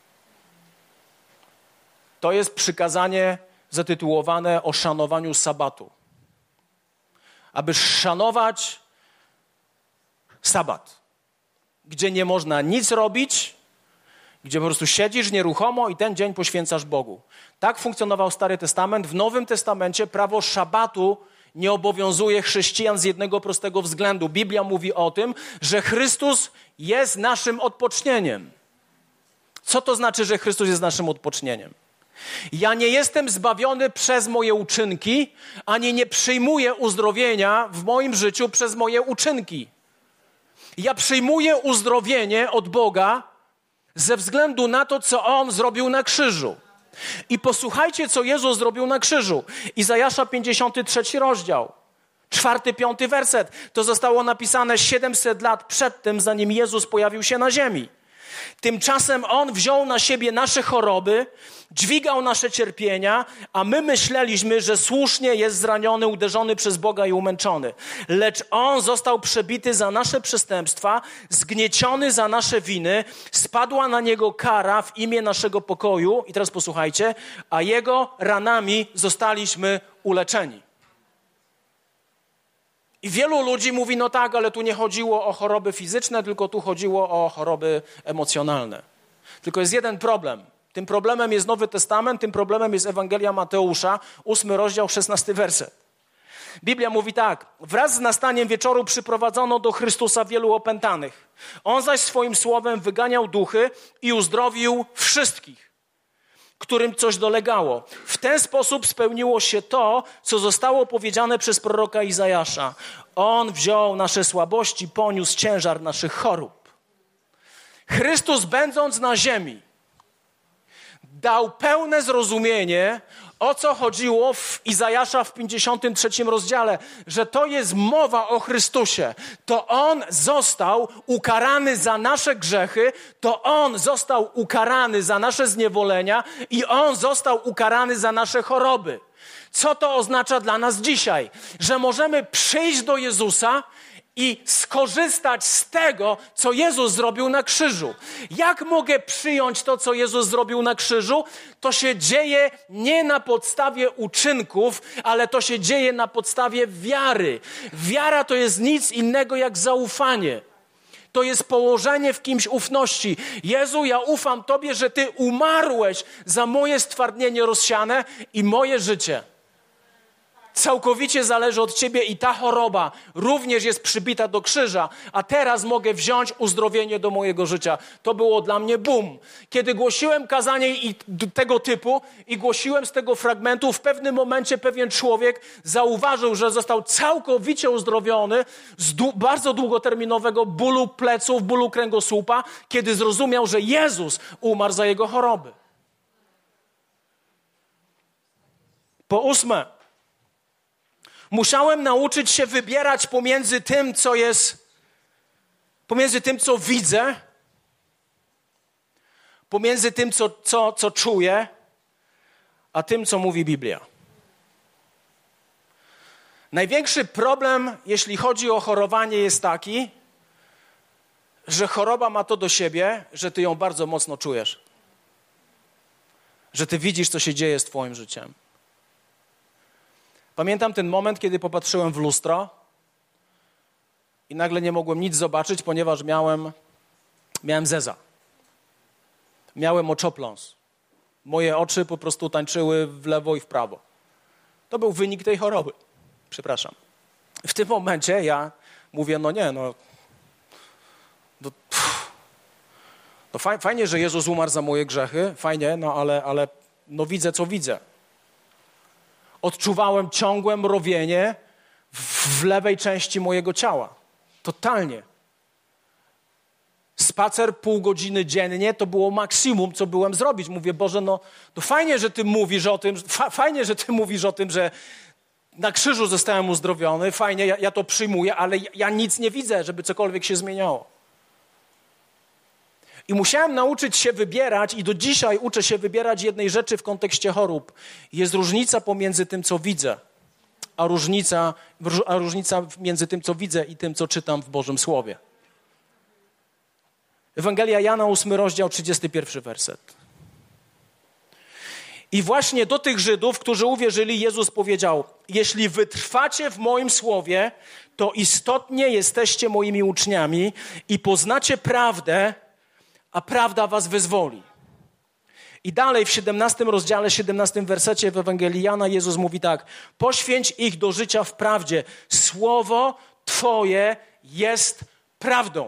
To jest przykazanie zatytułowane o szanowaniu sabatu. Aby szanować sabat, gdzie nie można nic robić, gdzie po prostu siedzisz nieruchomo i ten dzień poświęcasz Bogu. Tak funkcjonował Stary Testament. W Nowym Testamencie prawo szabatu nie obowiązuje chrześcijan z jednego prostego względu. Biblia mówi o tym, że Chrystus jest naszym odpocznieniem. Co to znaczy, że Chrystus jest naszym odpocznieniem? Ja nie jestem zbawiony przez moje uczynki, ani nie przyjmuję uzdrowienia w moim życiu przez moje uczynki. Ja przyjmuję uzdrowienie od Boga ze względu na to, co On zrobił na krzyżu. I posłuchajcie, co Jezus zrobił na krzyżu. Izajasza pięćdziesiąty trzeci rozdział, czwarty, piąty werset. To zostało napisane siedemset lat przed tym, zanim Jezus pojawił się na ziemi. Tymczasem On wziął na siebie nasze choroby, dźwigał nasze cierpienia, a my myśleliśmy, że słusznie jest zraniony, uderzony przez Boga i umęczony. Lecz On został przebity za nasze przestępstwa, zgnieciony za nasze winy, spadła na Niego kara w imię naszego pokoju. I teraz posłuchajcie, a Jego ranami zostaliśmy uleczeni. I wielu ludzi mówi, no tak, ale tu nie chodziło o choroby fizyczne, tylko tu chodziło o choroby emocjonalne. Tylko jest jeden problem. Tym problemem jest Nowy Testament, tym problemem jest Ewangelia Mateusza, ósmy rozdział, szesnasty werset. Biblia mówi tak, wraz z nastaniem wieczoru przyprowadzono do Chrystusa wielu opętanych. On zaś swoim słowem wyganiał duchy i uzdrowił wszystkich, którym coś dolegało. W ten sposób spełniło się to, co zostało powiedziane przez proroka Izajasza. On wziął nasze słabości, poniósł ciężar naszych chorób. Chrystus, będąc na ziemi, dał pełne zrozumienie, o co chodziło w Izajasza w pięćdziesiątym trzecim rozdziale, że to jest mowa o Chrystusie. To On został ukarany za nasze grzechy, to On został ukarany za nasze zniewolenia i On został ukarany za nasze choroby. Co to oznacza dla nas dzisiaj? Że możemy przyjść do Jezusa i skorzystać z tego, co Jezus zrobił na krzyżu. Jak mogę przyjąć to, co Jezus zrobił na krzyżu? To się dzieje nie na podstawie uczynków, ale to się dzieje na podstawie wiary. Wiara to jest nic innego jak zaufanie. To jest położenie w kimś ufności. Jezu, ja ufam Tobie, że Ty umarłeś za moje stwardnienie rozsiane i moje życie. Całkowicie zależy od Ciebie i ta choroba również jest przybita do krzyża, a teraz mogę wziąć uzdrowienie do mojego życia. To było dla mnie boom. Kiedy głosiłem kazanie i tego typu i głosiłem z tego fragmentu, w pewnym momencie pewien człowiek zauważył, że został całkowicie uzdrowiony z du- bardzo długoterminowego bólu pleców, bólu kręgosłupa, kiedy zrozumiał, że Jezus umarł za jego choroby. Po ósme, musiałem nauczyć się wybierać pomiędzy tym, co jest, pomiędzy tym, co widzę, pomiędzy tym, co, co, co czuję, a tym, co mówi Biblia. Największy problem, jeśli chodzi o chorowanie, jest taki, że choroba ma to do siebie, że ty ją bardzo mocno czujesz. Że ty widzisz, co się dzieje z twoim życiem. Pamiętam ten moment, kiedy popatrzyłem w lustro i nagle nie mogłem nic zobaczyć, ponieważ miałem, miałem zeza. Miałem oczopląs. Moje oczy po prostu tańczyły w lewo i w prawo. To był wynik tej choroby. Przepraszam. W tym momencie ja mówię, no nie, no... no, no fajnie, że Jezus umarł za moje grzechy, fajnie, no ale, ale no widzę, co widzę. Odczuwałem ciągłe mrowienie w, w lewej części mojego ciała. Totalnie. Spacer pół godziny dziennie to było maksimum, co byłem zrobić. Mówię, Boże, no to fajnie, że Ty mówisz o tym, fa, fajnie, że Ty mówisz o tym, że na krzyżu zostałem uzdrowiony, fajnie, ja, ja to przyjmuję, ale ja, ja nic nie widzę, żeby cokolwiek się zmieniało. I musiałem nauczyć się wybierać i do dzisiaj uczę się wybierać jednej rzeczy w kontekście chorób. Jest różnica pomiędzy tym, co widzę, a różnica, a różnica między tym, co widzę i tym, co czytam w Bożym Słowie. Ewangelia Jana, ósmy rozdział, trzydziesty pierwszy werset. I właśnie do tych Żydów, którzy uwierzyli, Jezus powiedział: jeśli wytrwacie w moim słowie, to istotnie jesteście moimi uczniami i poznacie prawdę, a prawda was wyzwoli. I dalej w siedemnastym rozdziale, siedemnastym wersecie w Ewangelii Jana Jezus mówi tak: poświęć ich do życia w prawdzie. Słowo Twoje jest prawdą.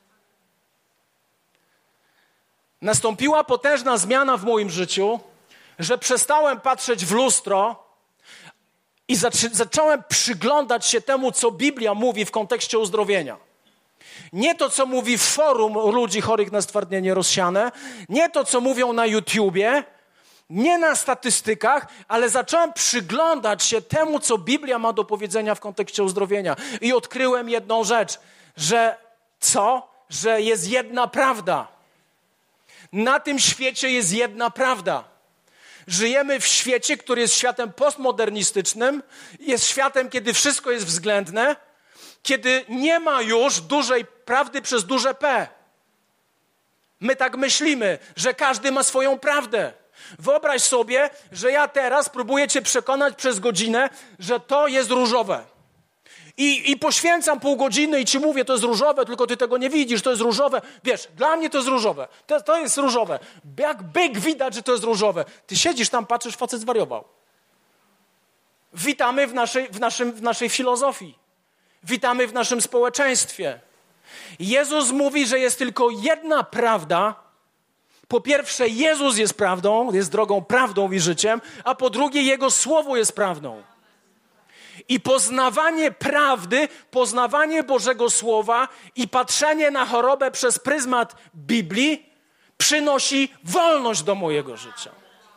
Nastąpiła potężna zmiana w moim życiu, że przestałem patrzeć w lustro i zaczę- zacząłem przyglądać się temu, co Biblia mówi w kontekście uzdrowienia. Nie to, co mówi w forum ludzi chorych na stwardnienie rozsiane, nie to, co mówią na YouTubie, nie na statystykach, ale zacząłem przyglądać się temu, co Biblia ma do powiedzenia w kontekście uzdrowienia. I odkryłem jedną rzecz, że co? Że jest jedna prawda. Na tym świecie jest jedna prawda. Żyjemy w świecie, który jest światem postmodernistycznym, jest światem, kiedy wszystko jest względne, kiedy nie ma już dużej prawdy przez duże P. My tak myślimy, że każdy ma swoją prawdę. Wyobraź sobie, że ja teraz próbuję cię przekonać przez godzinę, że to jest różowe. I, I poświęcam pół godziny i ci mówię, to jest różowe, tylko ty tego nie widzisz, to jest różowe. Wiesz, dla mnie to jest różowe. To, to jest różowe. Jak byk widać, że to jest różowe. Ty siedzisz tam, patrzysz, facet zwariował. Witamy w naszej, w naszym, w naszej filozofii. Witamy w naszym społeczeństwie. Jezus mówi, że jest tylko jedna prawda. Po pierwsze, Jezus jest prawdą, jest drogą, prawdą i życiem, a po drugie, Jego Słowo jest prawdą. I poznawanie prawdy, poznawanie Bożego Słowa i patrzenie na chorobę przez pryzmat Biblii przynosi wolność do mojego życia.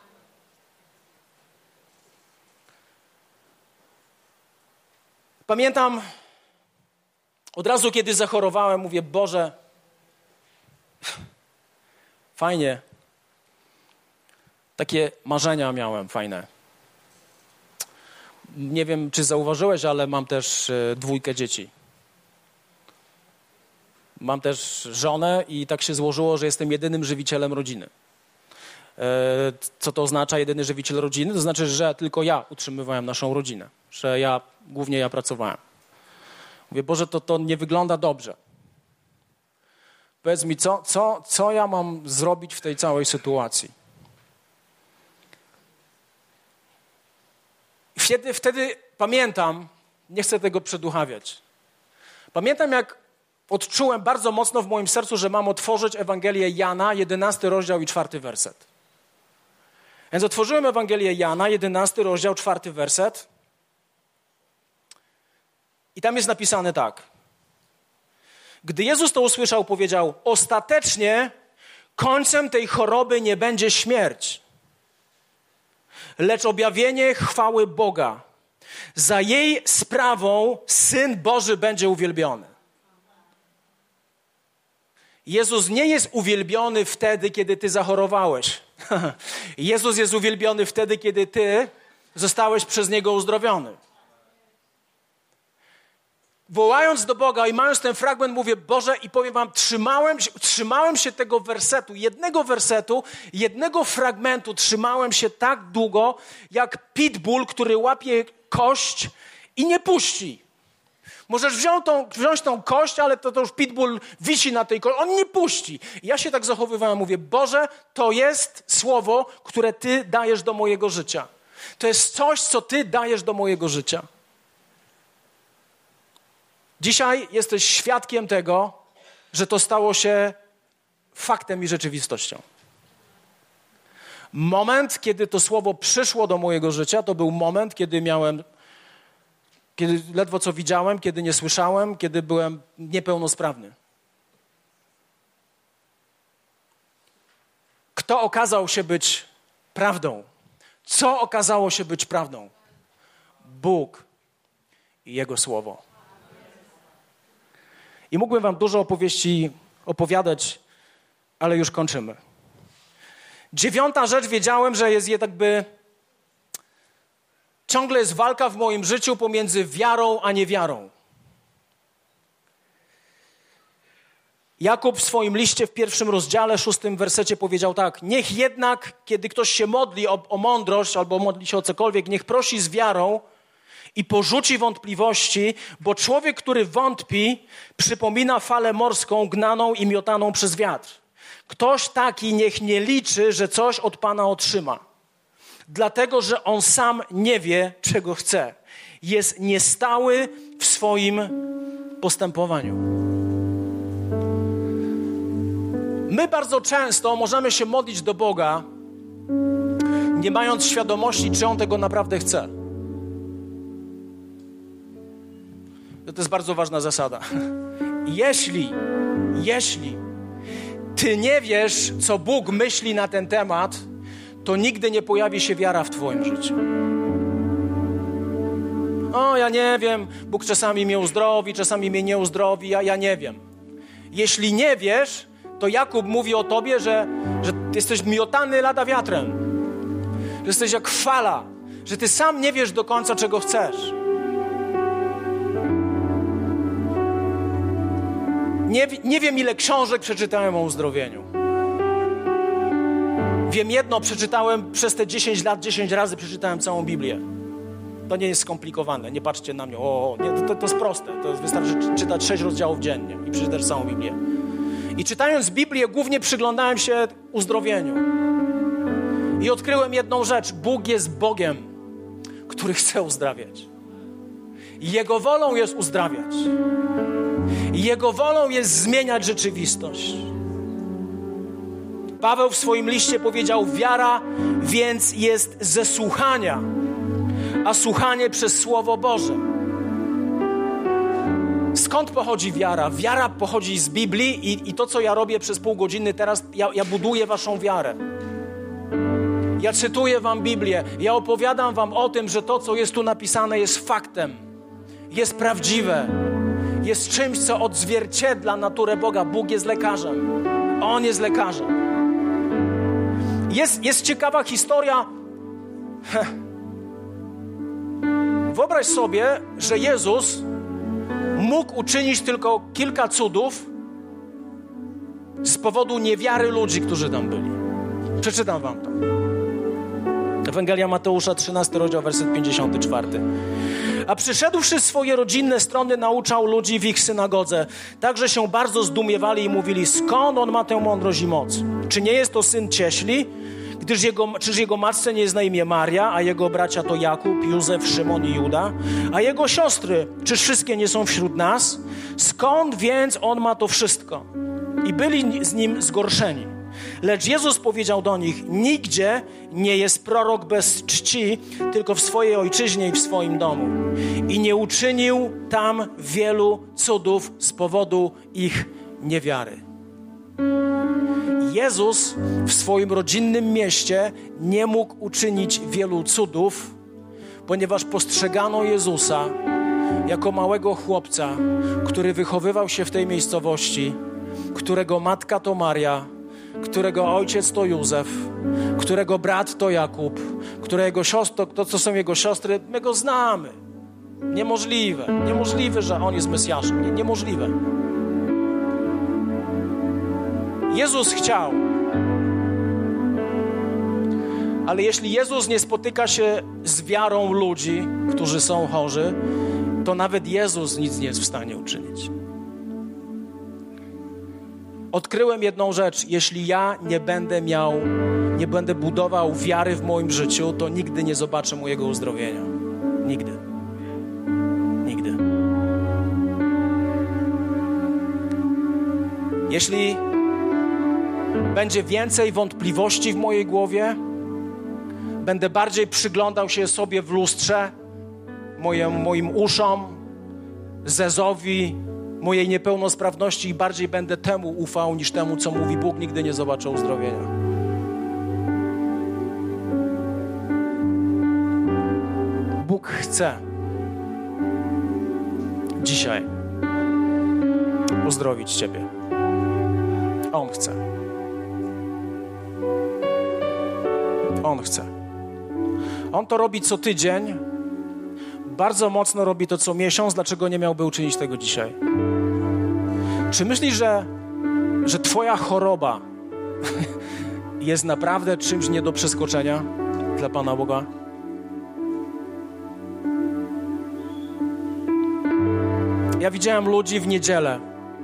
Pamiętam od razu, kiedy zachorowałem, mówię, Boże, fajnie. Takie marzenia miałem fajne. Nie wiem, czy zauważyłeś, ale mam też y, dwójkę dzieci. Mam też żonę i tak się złożyło, że jestem jedynym żywicielem rodziny. E, co to oznacza jedyny żywiciel rodziny? To znaczy, że tylko ja utrzymywałem naszą rodzinę. Że ja, głównie ja pracowałem. Mówię, Boże, to, to nie wygląda dobrze. Powiedz mi, co, co, co ja mam zrobić w tej całej sytuacji? Wtedy, wtedy pamiętam, nie chcę tego przeduchawiać, pamiętam jak odczułem bardzo mocno w moim sercu, że mam otworzyć Ewangelię Jana, jedenasty rozdział i czwarty werset. Więc otworzyłem Ewangelię Jana, jedenasty rozdział, czwarty werset i tam jest napisane tak. Gdy Jezus to usłyszał, powiedział, ostatecznie końcem tej choroby nie będzie śmierć, lecz objawienie chwały Boga. Za jej sprawą Syn Boży będzie uwielbiony. Jezus nie jest uwielbiony wtedy, kiedy ty zachorowałeś. Jezus jest uwielbiony wtedy, kiedy ty zostałeś przez Niego uzdrowiony. Wołając do Boga i mając ten fragment, mówię, Boże, i powiem wam, trzymałem się, trzymałem się tego wersetu, jednego wersetu, jednego fragmentu, trzymałem się tak długo, jak pitbull, który łapie kość i nie puści. Możesz wziąć tą, wziąć tą kość, ale to, to już pitbull wisi na tej kości, on nie puści. I ja się tak zachowywałem, mówię, Boże, to jest słowo, które Ty dajesz do mojego życia. To jest coś, co Ty dajesz do mojego życia. Dzisiaj jesteś świadkiem tego, że to stało się faktem i rzeczywistością. Moment, kiedy to słowo przyszło do mojego życia, to był moment, kiedy miałem, kiedy ledwo co widziałem, kiedy nie słyszałem, kiedy byłem niepełnosprawny. Kto okazał się być prawdą? Co okazało się być prawdą? Bóg i Jego Słowo. I mógłbym wam dużo opowieści opowiadać, ale już kończymy. Dziewiąta rzecz, wiedziałem, że jest jakby... Ciągle jest walka w moim życiu pomiędzy wiarą a niewiarą. Jakub w swoim liście w pierwszym rozdziale, szóstym wersecie powiedział tak. Niech jednak, kiedy ktoś się modli o, o mądrość albo modli się o cokolwiek, niech prosi z wiarą i porzuci wątpliwości, bo człowiek, który wątpi, przypomina falę morską gnaną i miotaną przez wiatr. Ktoś taki niech nie liczy, że coś od Pana otrzyma. Dlatego, że on sam nie wie, czego chce. Jest niestały w swoim postępowaniu. My bardzo często możemy się modlić do Boga, nie mając świadomości, czy on tego naprawdę chce. To jest bardzo ważna zasada. Jeśli, jeśli ty nie wiesz, co Bóg myśli na ten temat, to nigdy nie pojawi się wiara w twoim życiu. O, ja nie wiem, Bóg czasami mnie uzdrowi, czasami mnie nie uzdrowi, ja, ja nie wiem. Jeśli nie wiesz, to Jakub mówi o tobie, że, że ty jesteś miotany lada wiatrem, że jesteś jak fala, że ty sam nie wiesz do końca, czego chcesz. Nie, nie wiem, ile książek przeczytałem o uzdrowieniu. Wiem jedno, przeczytałem przez te dziesięć lat, dziesięć razy przeczytałem całą Biblię. To nie jest skomplikowane, nie patrzcie na mnie, o, nie, to, to jest proste, to wystarczy czytać sześć rozdziałów dziennie i przeczytasz całą Biblię. I czytając Biblię głównie przyglądałem się uzdrowieniu. I odkryłem jedną rzecz, Bóg jest Bogiem, który chce uzdrawiać. I Jego wolą jest uzdrawiać. I Jego wolą jest zmieniać rzeczywistość. Paweł w swoim liście powiedział, wiara więc jest ze słuchania, a słuchanie przez Słowo Boże. Skąd pochodzi wiara? Wiara pochodzi z Biblii i, i to, co ja robię przez pół godziny teraz, ja, ja buduję waszą wiarę. Ja cytuję wam Biblię, ja opowiadam wam o tym, że to, co jest tu napisane, jest faktem, jest prawdziwe, jest czymś, co odzwierciedla naturę Boga. Bóg jest lekarzem. On jest lekarzem. Jest, jest ciekawa historia. Wyobraź sobie, że Jezus mógł uczynić tylko kilka cudów z powodu niewiary ludzi, którzy tam byli. Przeczytam wam to. Ewangelia Mateusza, trzynasty rozdział, werset pięćdziesiąty czwarty. A przyszedłszy z swoje rodzinne strony, nauczał ludzi w ich synagodze. Także się bardzo zdumiewali i mówili, skąd on ma tę mądrość i moc? Czy nie jest to syn cieśli? Gdyż jego, czyż jego matce nie jest na imię Maria, a jego bracia to Jakub, Józef, Szymon i Juda? A jego siostry, czyż wszystkie nie są wśród nas? Skąd więc on ma to wszystko? I byli z nim zgorszeni. Lecz Jezus powiedział do nich, nigdzie nie jest prorok bez czci, tylko w swojej ojczyźnie i w swoim domu. I nie uczynił tam wielu cudów z powodu ich niewiary. Jezus w swoim rodzinnym mieście nie mógł uczynić wielu cudów, ponieważ postrzegano Jezusa jako małego chłopca, który wychowywał się w tej miejscowości, którego matka to Maria, którego ojciec to Józef, którego brat to Jakub, którego siostro, to co są jego siostry, my go znamy. Niemożliwe, niemożliwe, że on jest Mesjaszem, nie, niemożliwe. Jezus chciał, ale jeśli Jezus nie spotyka się z wiarą ludzi, którzy są chorzy, to nawet Jezus nic nie jest w stanie uczynić. Odkryłem jedną rzecz. Jeśli ja nie będę miał, nie będę budował wiary w moim życiu, to nigdy nie zobaczę mojego uzdrowienia. Nigdy. Nigdy. Jeśli będzie więcej wątpliwości w mojej głowie, będę bardziej przyglądał się sobie w lustrze, moim, moim uszom, zezowi, mojej niepełnosprawności i bardziej będę temu ufał niż temu, co mówi Bóg, nigdy nie zobaczę uzdrowienia. Bóg chce dzisiaj uzdrowić ciebie. On chce. On chce. On to robi co tydzień. Bardzo mocno robi to co miesiąc. Dlaczego nie miałby uczynić tego dzisiaj? Czy myślisz, że, że twoja choroba jest naprawdę czymś nie do przeskoczenia dla Pana Boga? Ja widziałem ludzi w niedzielę,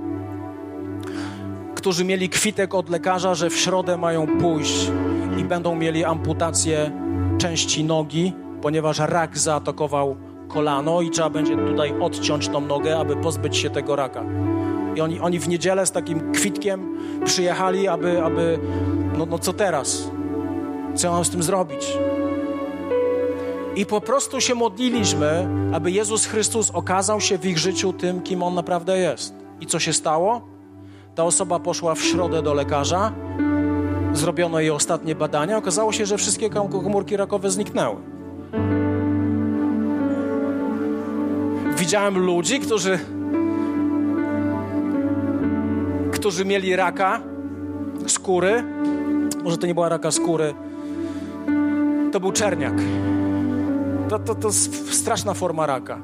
którzy mieli kwitek od lekarza, że w środę mają pójść i będą mieli amputację części nogi, ponieważ rak zaatakował kolano i trzeba będzie tutaj odciąć tą nogę, aby pozbyć się tego raka. I oni, oni w niedzielę z takim kwitkiem przyjechali, aby, aby no, no co teraz? Co ja mam z tym zrobić? I po prostu się modliliśmy, aby Jezus Chrystus okazał się w ich życiu tym, kim On naprawdę jest. I co się stało? Ta osoba poszła w środę do lekarza, zrobiono jej ostatnie badania, okazało się, że wszystkie komórki rakowe zniknęły. Widziałem ludzi, którzy, którzy mieli raka skóry. Może to nie była raka skóry, to był czerniak. To, to, to jest straszna forma raka.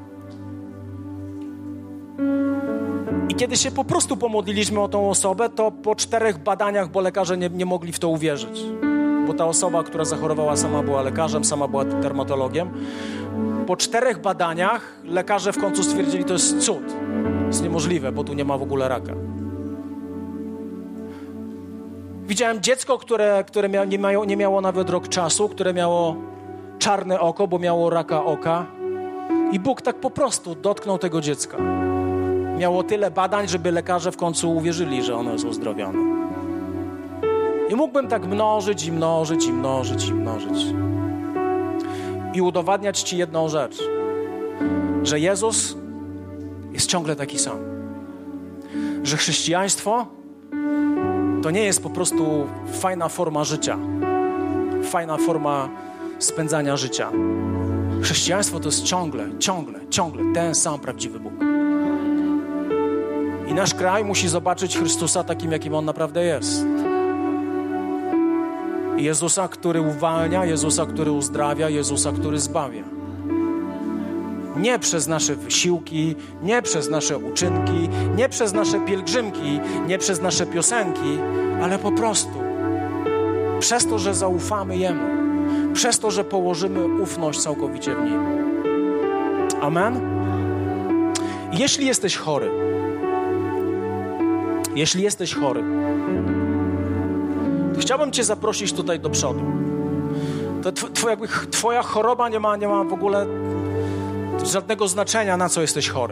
I kiedy się po prostu pomodliliśmy o tą osobę, to po czterech badaniach, bo lekarze nie, nie mogli w to uwierzyć, bo ta osoba, która zachorowała, sama była lekarzem, sama była dermatologiem. Po czterech badaniach lekarze w końcu stwierdzili, to jest cud. To jest niemożliwe, bo tu nie ma w ogóle raka. Widziałem dziecko, które, które mia, nie, miało, nie miało nawet rok czasu, które miało czarne oko, bo miało raka oka. I Bóg tak po prostu dotknął tego dziecka. Miało tyle badań, żeby lekarze w końcu uwierzyli, że ono jest uzdrowione. I mógłbym tak mnożyć i mnożyć i mnożyć i mnożyć. I udowadniać Ci jedną rzecz. Że Jezus jest ciągle taki sam. Że chrześcijaństwo to nie jest po prostu fajna forma życia. Fajna forma spędzania życia. Chrześcijaństwo to jest ciągle, ciągle, ciągle ten sam prawdziwy Bóg. I nasz kraj musi zobaczyć Chrystusa takim, jakim On naprawdę jest. Jezusa, który uwalnia, Jezusa, który uzdrawia, Jezusa, który zbawia. Nie przez nasze wysiłki, nie przez nasze uczynki, nie przez nasze pielgrzymki, nie przez nasze piosenki, ale po prostu przez to, że zaufamy Jemu, przez to, że położymy ufność całkowicie w Nim. Amen? Jeśli jesteś chory, jeśli jesteś chory, to chciałbym Cię zaprosić tutaj do przodu. To tw- jakby Twoja choroba nie ma, nie ma w ogóle żadnego znaczenia, na co jesteś chory.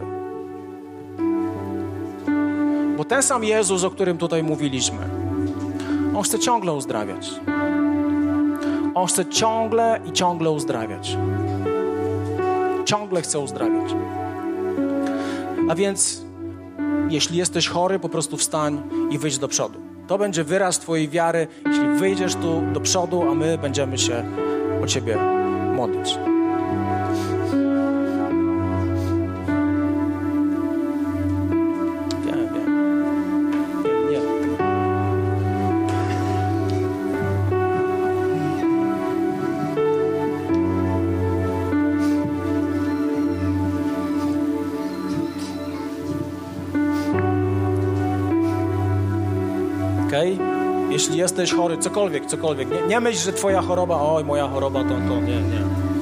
Bo ten sam Jezus, o którym tutaj mówiliśmy, On chce ciągle uzdrawiać. On chce ciągle i ciągle uzdrawiać. Ciągle chce uzdrawiać. A więc, jeśli jesteś chory, po prostu wstań i wyjdź do przodu. To będzie wyraz Twojej wiary, jeśli wyjdziesz tu do przodu, a my będziemy się o Ciebie modlić. Wiem, wiem. Nie, nie. Okej? Okay? Jeśli jesteś chory, cokolwiek, cokolwiek. Nie, nie myśl, że Twoja choroba, oj, moja choroba, to, to nie, nie.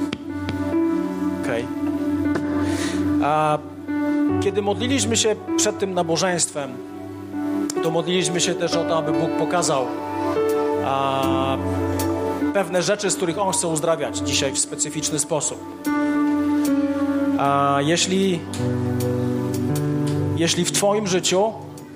Okej. Okay. A kiedy modliliśmy się przed tym nabożeństwem, to modliliśmy się też o to, aby Bóg pokazał a, pewne rzeczy, z których On chce uzdrawiać dzisiaj w specyficzny sposób. A jeśli, jeśli w Twoim życiu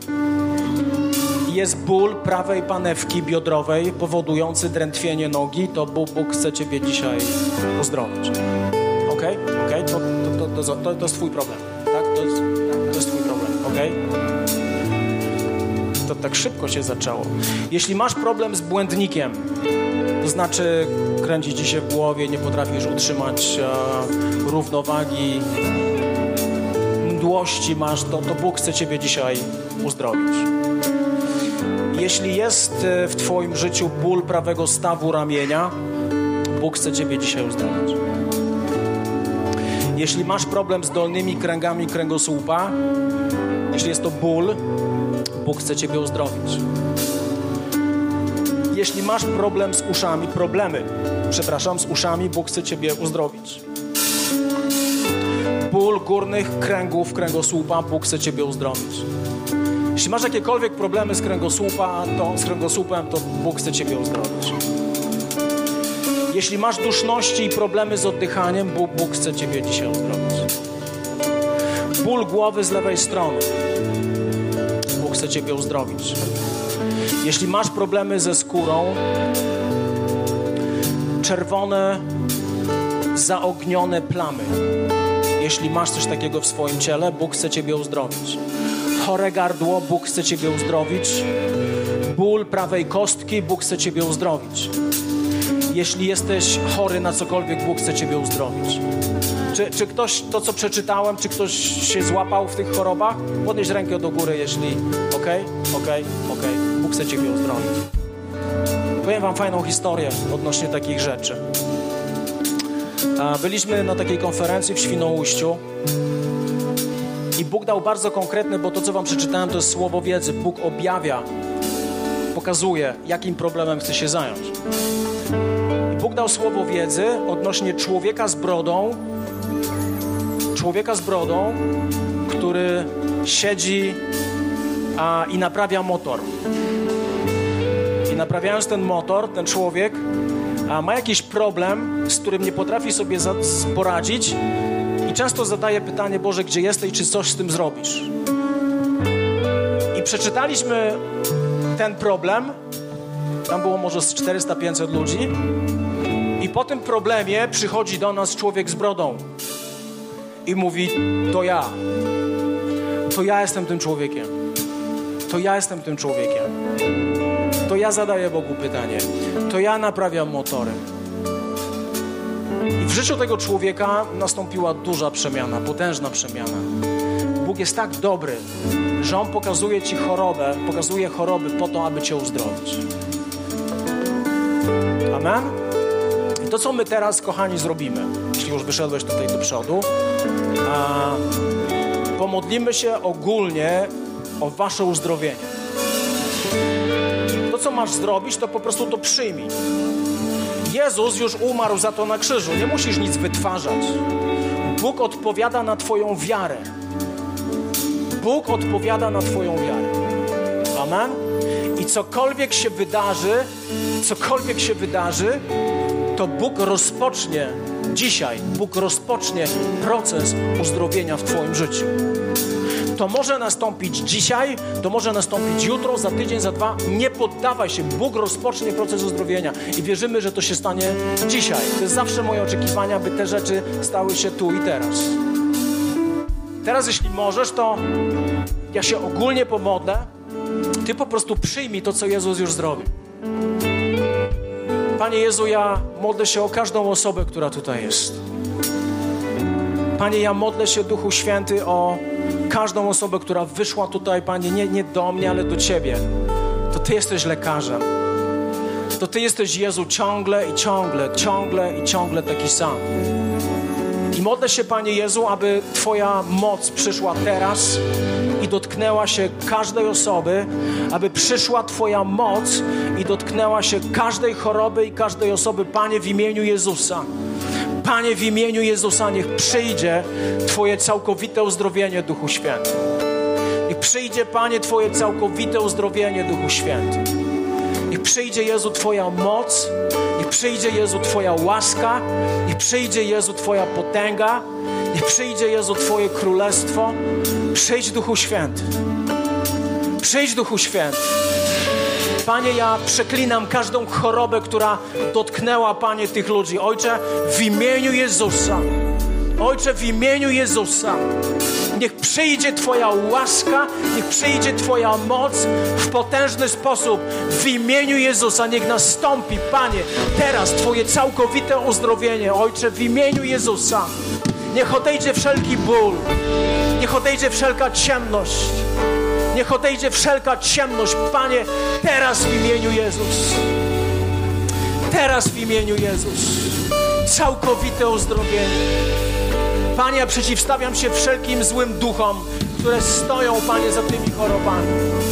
jest ból prawej panewki biodrowej powodujący drętwienie nogi, to Bóg, Bóg chce Ciebie dzisiaj uzdrowić. Okej? Okay? Okej? Okay? To, to, to, to, to jest Twój problem. Tak? To jest, to jest Twój problem. Okej? Okay? To tak szybko się zaczęło. Jeśli masz problem z błędnikiem, to znaczy kręci Ci się w głowie, nie potrafisz utrzymać e, równowagi, mdłości masz, to, to Bóg chce Ciebie dzisiaj uzdrowić. Jeśli jest w Twoim życiu ból prawego stawu ramienia, Bóg chce Ciebie dzisiaj uzdrowić. Jeśli masz problem z dolnymi kręgami kręgosłupa, jeśli jest to ból, Bóg chce Ciebie uzdrowić. Jeśli masz problem z uszami, problemy, przepraszam, z uszami, Bóg chce Ciebie uzdrowić. Ból górnych kręgów kręgosłupa, Bóg chce Ciebie uzdrowić. Jeśli masz jakiekolwiek problemy z kręgosłupa, to, z kręgosłupem, to Bóg chce Ciebie uzdrowić. Jeśli masz duszności i problemy z oddychaniem, Bóg, Bóg chce Ciebie dzisiaj uzdrowić. Ból głowy z lewej strony, Bóg chce Ciebie uzdrowić. Jeśli masz problemy ze skórą, czerwone, zaognione plamy. Jeśli masz coś takiego w swoim ciele, Bóg chce ciebie uzdrowić. Chore gardło, Bóg chce ciebie uzdrowić. Ból prawej kostki, Bóg chce ciebie uzdrowić. Jeśli jesteś chory na cokolwiek, Bóg chce ciebie uzdrowić. Czy, czy ktoś, to co przeczytałem, czy ktoś się złapał w tych chorobach? Podnieś rękę do góry, jeśli... Okej, okej, okej. Bóg chce ciebie uzdrowić. Powiem wam fajną historię odnośnie takich rzeczy. Byliśmy na takiej konferencji w Świnoujściu i Bóg dał bardzo konkretne, bo to, co wam przeczytałem, to jest słowo wiedzy. Bóg objawia, pokazuje, jakim problemem chce się zająć. I Bóg dał słowo wiedzy odnośnie człowieka z brodą, człowieka z brodą, który siedzi a, i naprawia motor. I naprawiając ten motor, ten człowiek a, ma jakiś problem, z którym nie potrafi sobie za, poradzić i często zadaje pytanie: Boże, gdzie jesteś, czy coś z tym zrobisz? I przeczytaliśmy ten problem, tam było może z czterysta pięćset ludzi i po tym problemie przychodzi do nas człowiek z brodą i mówi: to ja, to ja jestem tym człowiekiem, to ja jestem tym człowiekiem, to ja zadaję Bogu pytanie, to ja naprawiam motory. I w życiu tego człowieka nastąpiła duża przemiana, potężna przemiana. Bóg jest tak dobry, że On pokazuje ci chorobę, pokazuje choroby po to, aby cię uzdrowić. Amen? I to, co my teraz, kochani, zrobimy, jeśli już wyszedłeś tutaj do przodu, a pomodlimy się ogólnie o wasze uzdrowienie. To, co masz zrobić, to po prostu to przyjmij. Jezus już umarł za to na krzyżu. Nie musisz nic wytwarzać. Bóg odpowiada na twoją wiarę. Bóg odpowiada na twoją wiarę. Amen? I cokolwiek się wydarzy, cokolwiek się wydarzy, to Bóg rozpocznie dzisiaj, Bóg rozpocznie proces uzdrowienia w twoim życiu. To może nastąpić dzisiaj, to może nastąpić jutro, za tydzień, za dwa. Nie poddawaj się. Bóg rozpocznie proces uzdrowienia i wierzymy, że to się stanie dzisiaj. To jest zawsze moje oczekiwanie, aby te rzeczy stały się tu i teraz. Teraz, jeśli możesz, to ja się ogólnie pomodlę. Ty po prostu przyjmij to, co Jezus już zrobił. Panie Jezu, ja modlę się o każdą osobę, która tutaj jest. Panie, ja modlę się, Duchu Święty, o każdą osobę, która wyszła tutaj, Panie, nie, nie do mnie, ale do Ciebie. To Ty jesteś lekarzem. To Ty jesteś, Jezu, ciągle i ciągle, ciągle i ciągle taki sam. I modlę się, Panie Jezu, aby Twoja moc przyszła teraz i dotknęła się każdej osoby, aby przyszła Twoja moc i dotknęła się każdej choroby i każdej osoby, Panie, w imieniu Jezusa. Panie, w imieniu Jezusa, niech przyjdzie Twoje całkowite uzdrowienie, Duchu Święty. Niech przyjdzie, Panie, Twoje całkowite uzdrowienie, Duchu Święty. Niech przyjdzie, Jezu, Twoja moc. Niech przyjdzie, Jezu, Twoja łaska. Niech przyjdzie, Jezu, Twoja potęga. Niech przyjdzie, Jezu, Twoje królestwo. Przyjdź, Duchu Święty. Przyjdź, Duchu Święty. Panie, ja przeklinam każdą chorobę, która dotknęła, Panie, tych ludzi. Ojcze, w imieniu Jezusa. Ojcze, w imieniu Jezusa. Niech przyjdzie Twoja łaska, niech przyjdzie Twoja moc w potężny sposób. W imieniu Jezusa niech nastąpi, Panie, teraz Twoje całkowite uzdrowienie. Ojcze, w imieniu Jezusa. Niech odejdzie wszelki ból. Niech odejdzie wszelka ciemność. Niech odejdzie wszelka ciemność, Panie, teraz w imieniu Jezus. Teraz w imieniu Jezus. Całkowite uzdrowienie. Panie, ja przeciwstawiam się wszelkim złym duchom, które stoją, Panie, za tymi chorobami.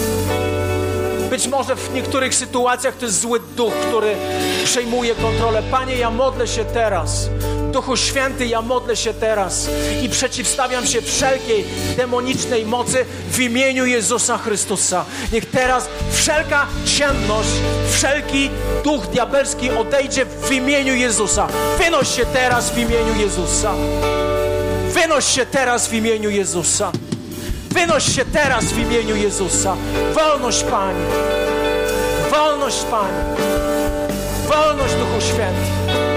Być może w niektórych sytuacjach to jest zły duch, który przejmuje kontrolę. Panie, ja modlę się teraz. Duchu Święty, ja modlę się teraz i przeciwstawiam się wszelkiej demonicznej mocy w imieniu Jezusa Chrystusa. Niech teraz wszelka ciemność, wszelki duch diabelski odejdzie w imieniu Jezusa. Wynoś się teraz w imieniu Jezusa. Wynoś się teraz w imieniu Jezusa. Wynoś się teraz w imieniu Jezusa. Wolność, Panie. Wolność, Panie. Wolność, Duchu Święty.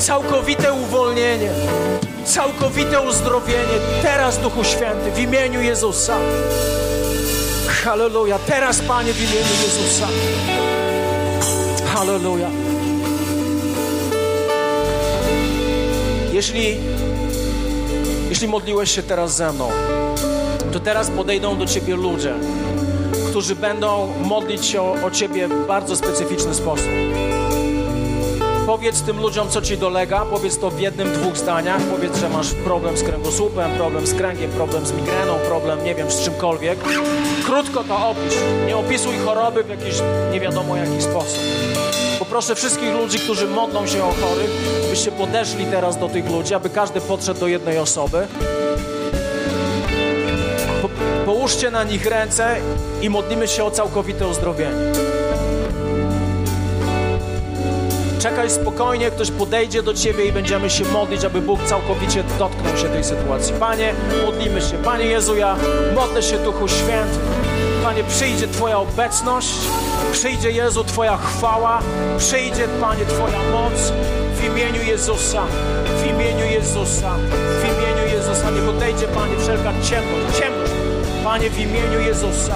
całkowite uwolnienie, całkowite uzdrowienie. Teraz, Duchu Święty, w imieniu Jezusa. Halleluja. Teraz, Panie, w imieniu Jezusa. Halleluja. Jeśli, jeśli modliłeś się teraz ze mną, to teraz podejdą do Ciebie ludzie, którzy będą modlić się o, o Ciebie w bardzo specyficzny sposób. Powiedz tym ludziom, co Ci dolega, powiedz to w jednym, dwóch zdaniach, powiedz, że masz problem z kręgosłupem, problem z kręgiem, problem z migreną, problem, nie wiem, z czymkolwiek. Krótko to opisz. Nie opisuj choroby w jakiś nie wiadomo jaki sposób. Poproszę wszystkich ludzi, którzy modlą się o chorych, byście podeszli teraz do tych ludzi, aby każdy podszedł do jednej osoby. Po, połóżcie na nich ręce i modlimy się o całkowite uzdrowienie. Czekaj spokojnie, ktoś podejdzie do Ciebie i będziemy się modlić, aby Bóg całkowicie dotknął się tej sytuacji. Panie, modlimy się. Panie Jezu, ja modlę się, Duchu Święty. Panie, przyjdzie Twoja obecność, przyjdzie, Jezu, Twoja chwała, przyjdzie, Panie, Twoja moc w imieniu Jezusa, w imieniu Jezusa, w imieniu Jezusa. Niech odejdzie, Panie, wszelka ciemność, ciemność, Panie, w imieniu Jezusa.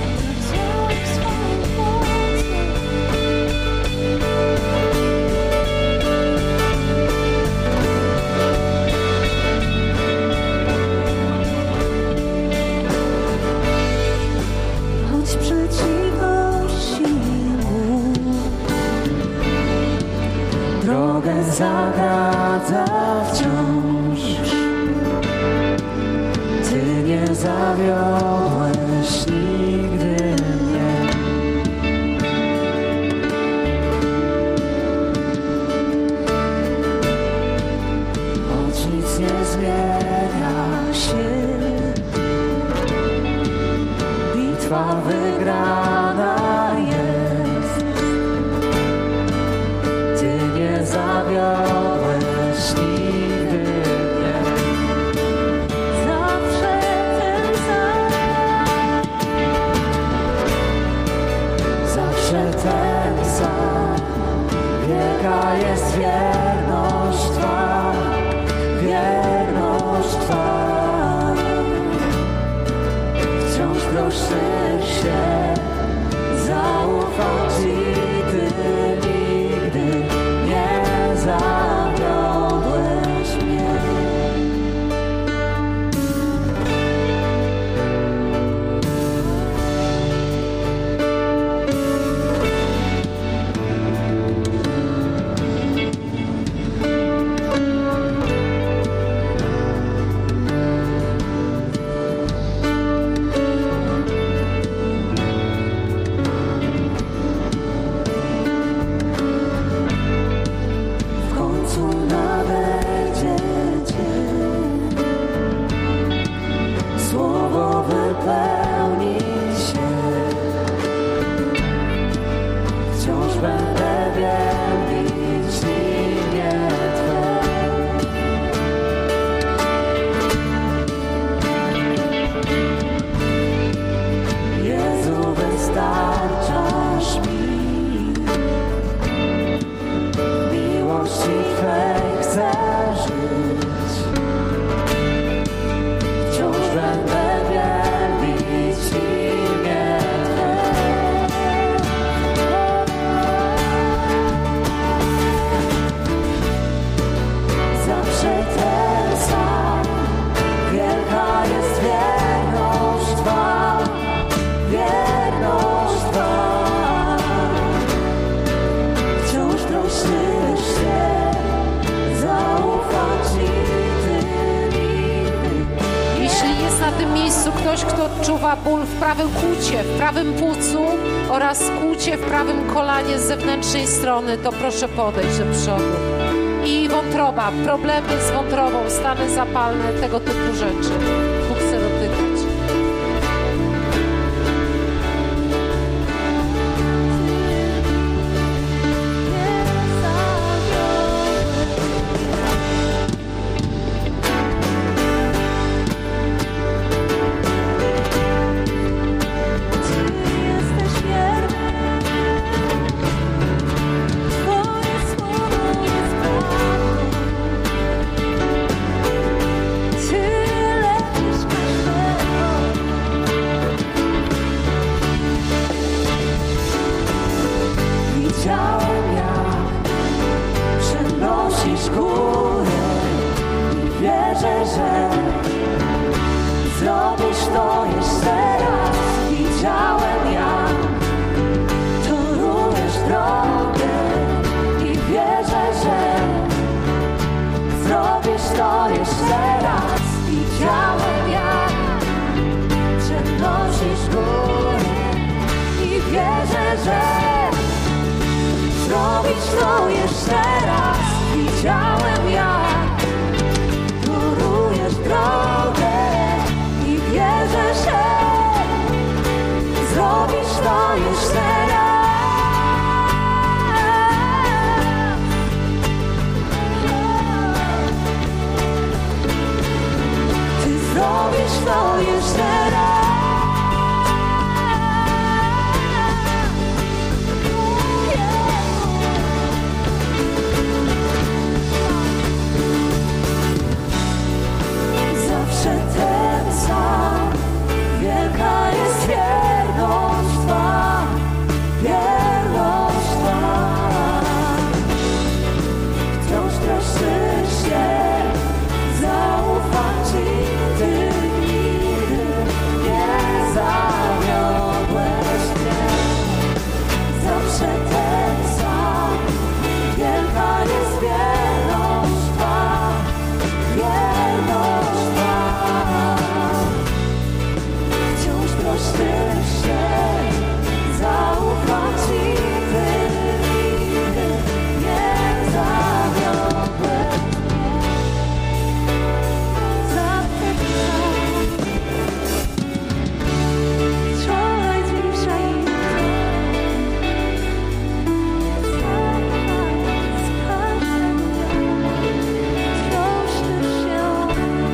Zagradza wciąż. Ty nie zawiodłeś nigdy mnie. Choć nic nie zmienia się, bitwa wygrana jest. Ty nie zawiodłeś nigdy mnie. Zawsze ten sam. Zawsze ten sam. Wielka jest wierność Twa, wierność Twa. Wciąż proszę się zaufać Ci, Ty nigdy nie zawiodłeś mnie. Ktoś, kto odczuwa ból w prawym kłucie, w prawym płucu oraz kłucie w prawym kolanie z zewnętrznej strony, to proszę podejść do przodu. I wątroba, problemy z wątrobą, stany zapalne, tego typu rzeczy. Bóg chce dotykać. Twoje słowo jest prawdą. że zrobić to jeszcze raz. Widziałem, jak torujesz drogę i wierzę, że zrobisz to jeszcze raz. Ty zrobisz to jeszcze raz. Zawsze ten sam, wielka jest wierność Twa, wierność Twa. Wciąż troszczysz się, zaufam Ci, Ty nigdy nie zawiodłeś mnie. Zawsze ten sam, wielka jest wierność Twa, wierność Twa. Wciąż troszczysz się, zaufam Ci, Ty nigdy nie zawiodłeś mnie. Zawsze sam, wczoraj, dzisiaj i z każdego dnia troszczysz się o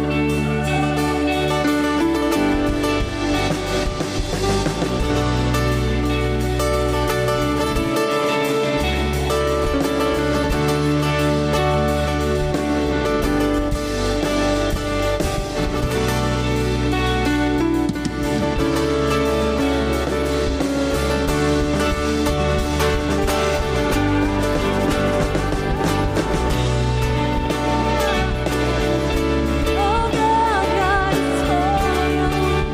Objawiaj swoją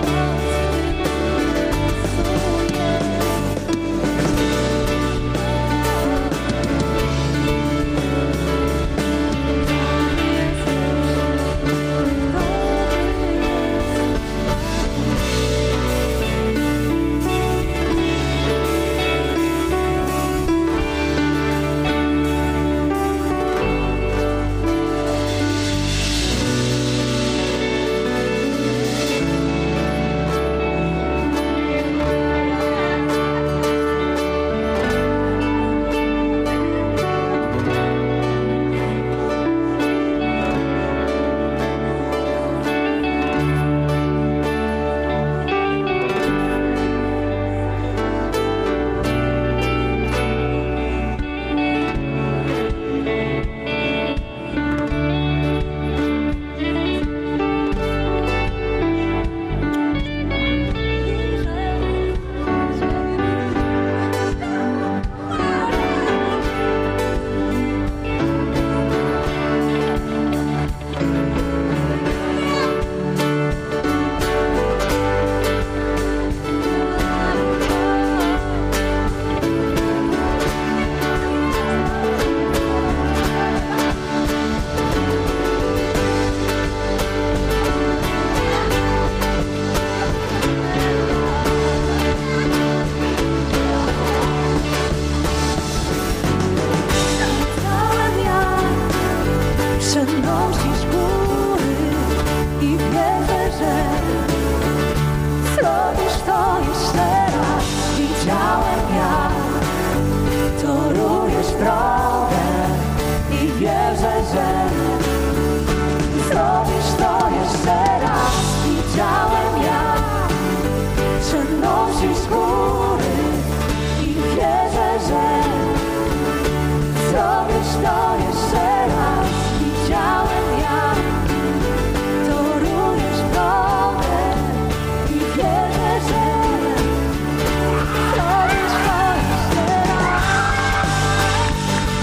Całe dnia przenosisz góry i wierzę, że zrobisz to jeszcze raz. Widziałem, jak torujesz drogę i wierzę, że zrobisz to jeszcze raz. Widziałem, jak przenosisz góry i wierzę, że zrobisz to jeszcze raz. Widziałem, jak torujesz drogę i wierzę, że zrobisz to jeszcze raz.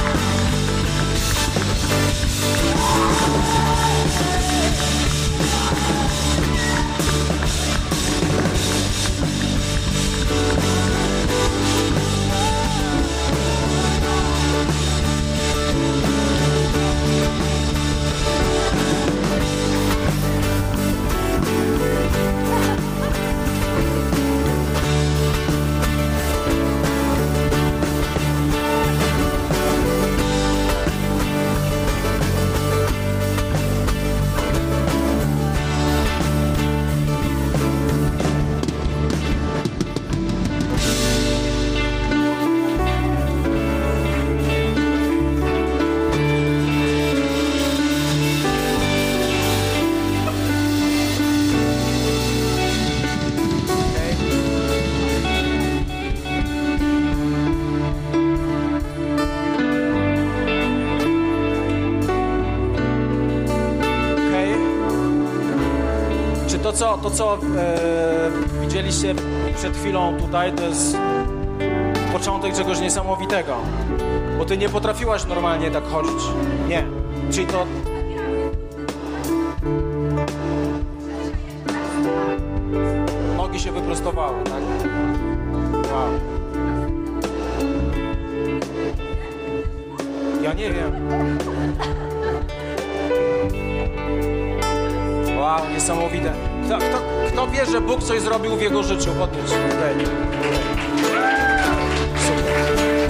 co, to, co e, widzieliście przed chwilą tutaj, to jest początek czegoś niesamowitego. Bo ty nie potrafiłaś normalnie tak chodzić. Nie. Czyli to... Nogi się wyprostowały, tak? Wow. Ja nie wiem. Wow, niesamowite. Kto, kto, kto wie, że Bóg coś zrobił w jego życiu? Podnieś. Okay. Super.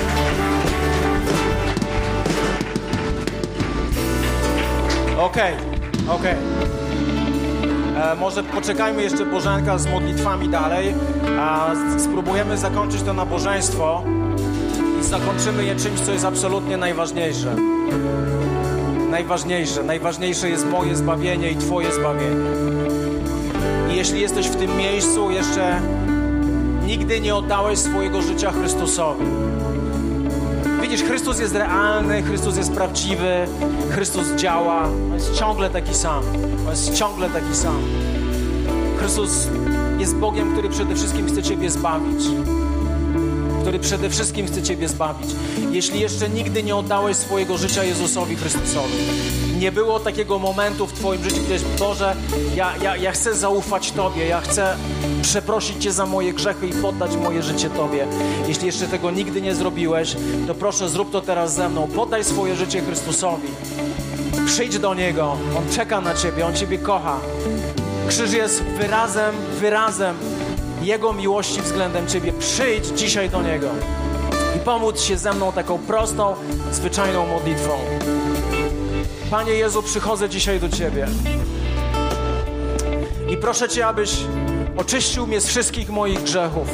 Okej, okay, okej. Okay. Może poczekajmy jeszcze Bożenka z modlitwami dalej, a spróbujemy zakończyć to nabożeństwo i zakończymy je czymś, co jest absolutnie najważniejsze. Najważniejsze, najważniejsze jest moje zbawienie i Twoje zbawienie. I jeśli jesteś w tym miejscu, jeszcze nigdy nie oddałeś swojego życia Chrystusowi. Widzisz, Chrystus jest realny, Chrystus jest prawdziwy, Chrystus działa, On jest ciągle taki sam, On jest ciągle taki sam. Chrystus jest Bogiem, który przede wszystkim chce Ciebie zbawić. Który przede wszystkim chce Ciebie zbawić. Jeśli jeszcze nigdy nie oddałeś swojego życia Jezusowi Chrystusowi, nie było takiego momentu w Twoim życiu, gdzieś, Boże, ja, ja, ja chcę zaufać Tobie, ja chcę przeprosić Cię za moje grzechy i poddać moje życie Tobie. Jeśli jeszcze tego nigdy nie zrobiłeś, to proszę, zrób to teraz ze mną. Poddaj swoje życie Chrystusowi. Przyjdź do Niego. On czeka na Ciebie, On Ciebie kocha. Krzyż jest wyrazem, wyrazem Jego miłości względem Ciebie. Przyjdź dzisiaj do Niego i pomóc się ze mną taką prostą, zwyczajną modlitwą. Panie Jezu, przychodzę dzisiaj do Ciebie i proszę Cię, abyś oczyścił mnie z wszystkich moich grzechów.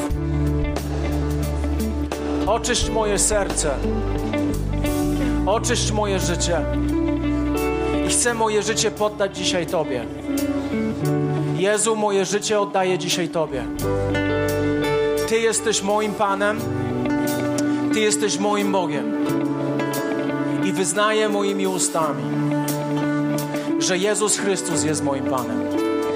Oczyść moje serce. Oczyść moje życie. I chcę moje życie poddać dzisiaj Tobie. Jezu, moje życie oddaję dzisiaj Tobie. Ty jesteś moim Panem. Ty jesteś moim Bogiem. I wyznaję moimi ustami, że Jezus Chrystus jest moim Panem.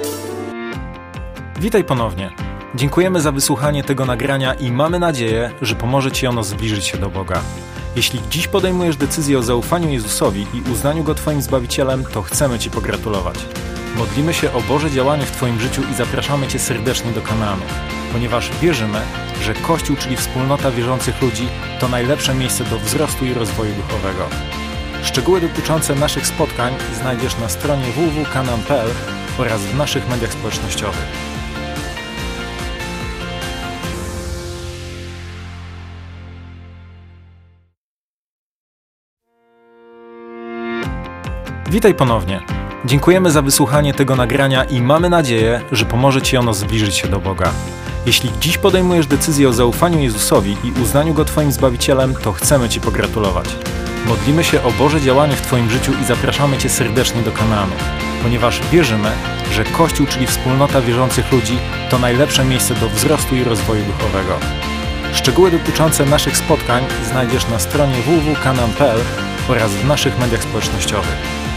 Witaj ponownie. Dziękujemy za wysłuchanie tego nagrania i mamy nadzieję, że pomoże Ci ono zbliżyć się do Boga. Jeśli dziś podejmujesz decyzję o zaufaniu Jezusowi i uznaniu Go Twoim Zbawicielem, to chcemy Ci pogratulować. Modlimy się o Boże działanie w Twoim życiu i zapraszamy Cię serdecznie do Kanaanu, ponieważ wierzymy, że Kościół, czyli wspólnota wierzących ludzi, to najlepsze miejsce do wzrostu i rozwoju duchowego. Szczegóły dotyczące naszych spotkań znajdziesz na stronie w w w kropka kanaan kropka p l oraz w naszych mediach społecznościowych. Witaj ponownie. Dziękujemy za wysłuchanie tego nagrania i mamy nadzieję, że pomoże Ci ono zbliżyć się do Boga. Jeśli dziś podejmujesz decyzję o zaufaniu Jezusowi i uznaniu Go Twoim Zbawicielem, to chcemy Ci pogratulować. Modlimy się o Boże działanie w Twoim życiu i zapraszamy Cię serdecznie do Kanaanu, ponieważ wierzymy, że Kościół, czyli wspólnota wierzących ludzi, to najlepsze miejsce do wzrostu i rozwoju duchowego. Szczegóły dotyczące naszych spotkań znajdziesz na stronie w w w kropka kanaan kropka p l oraz w naszych mediach społecznościowych.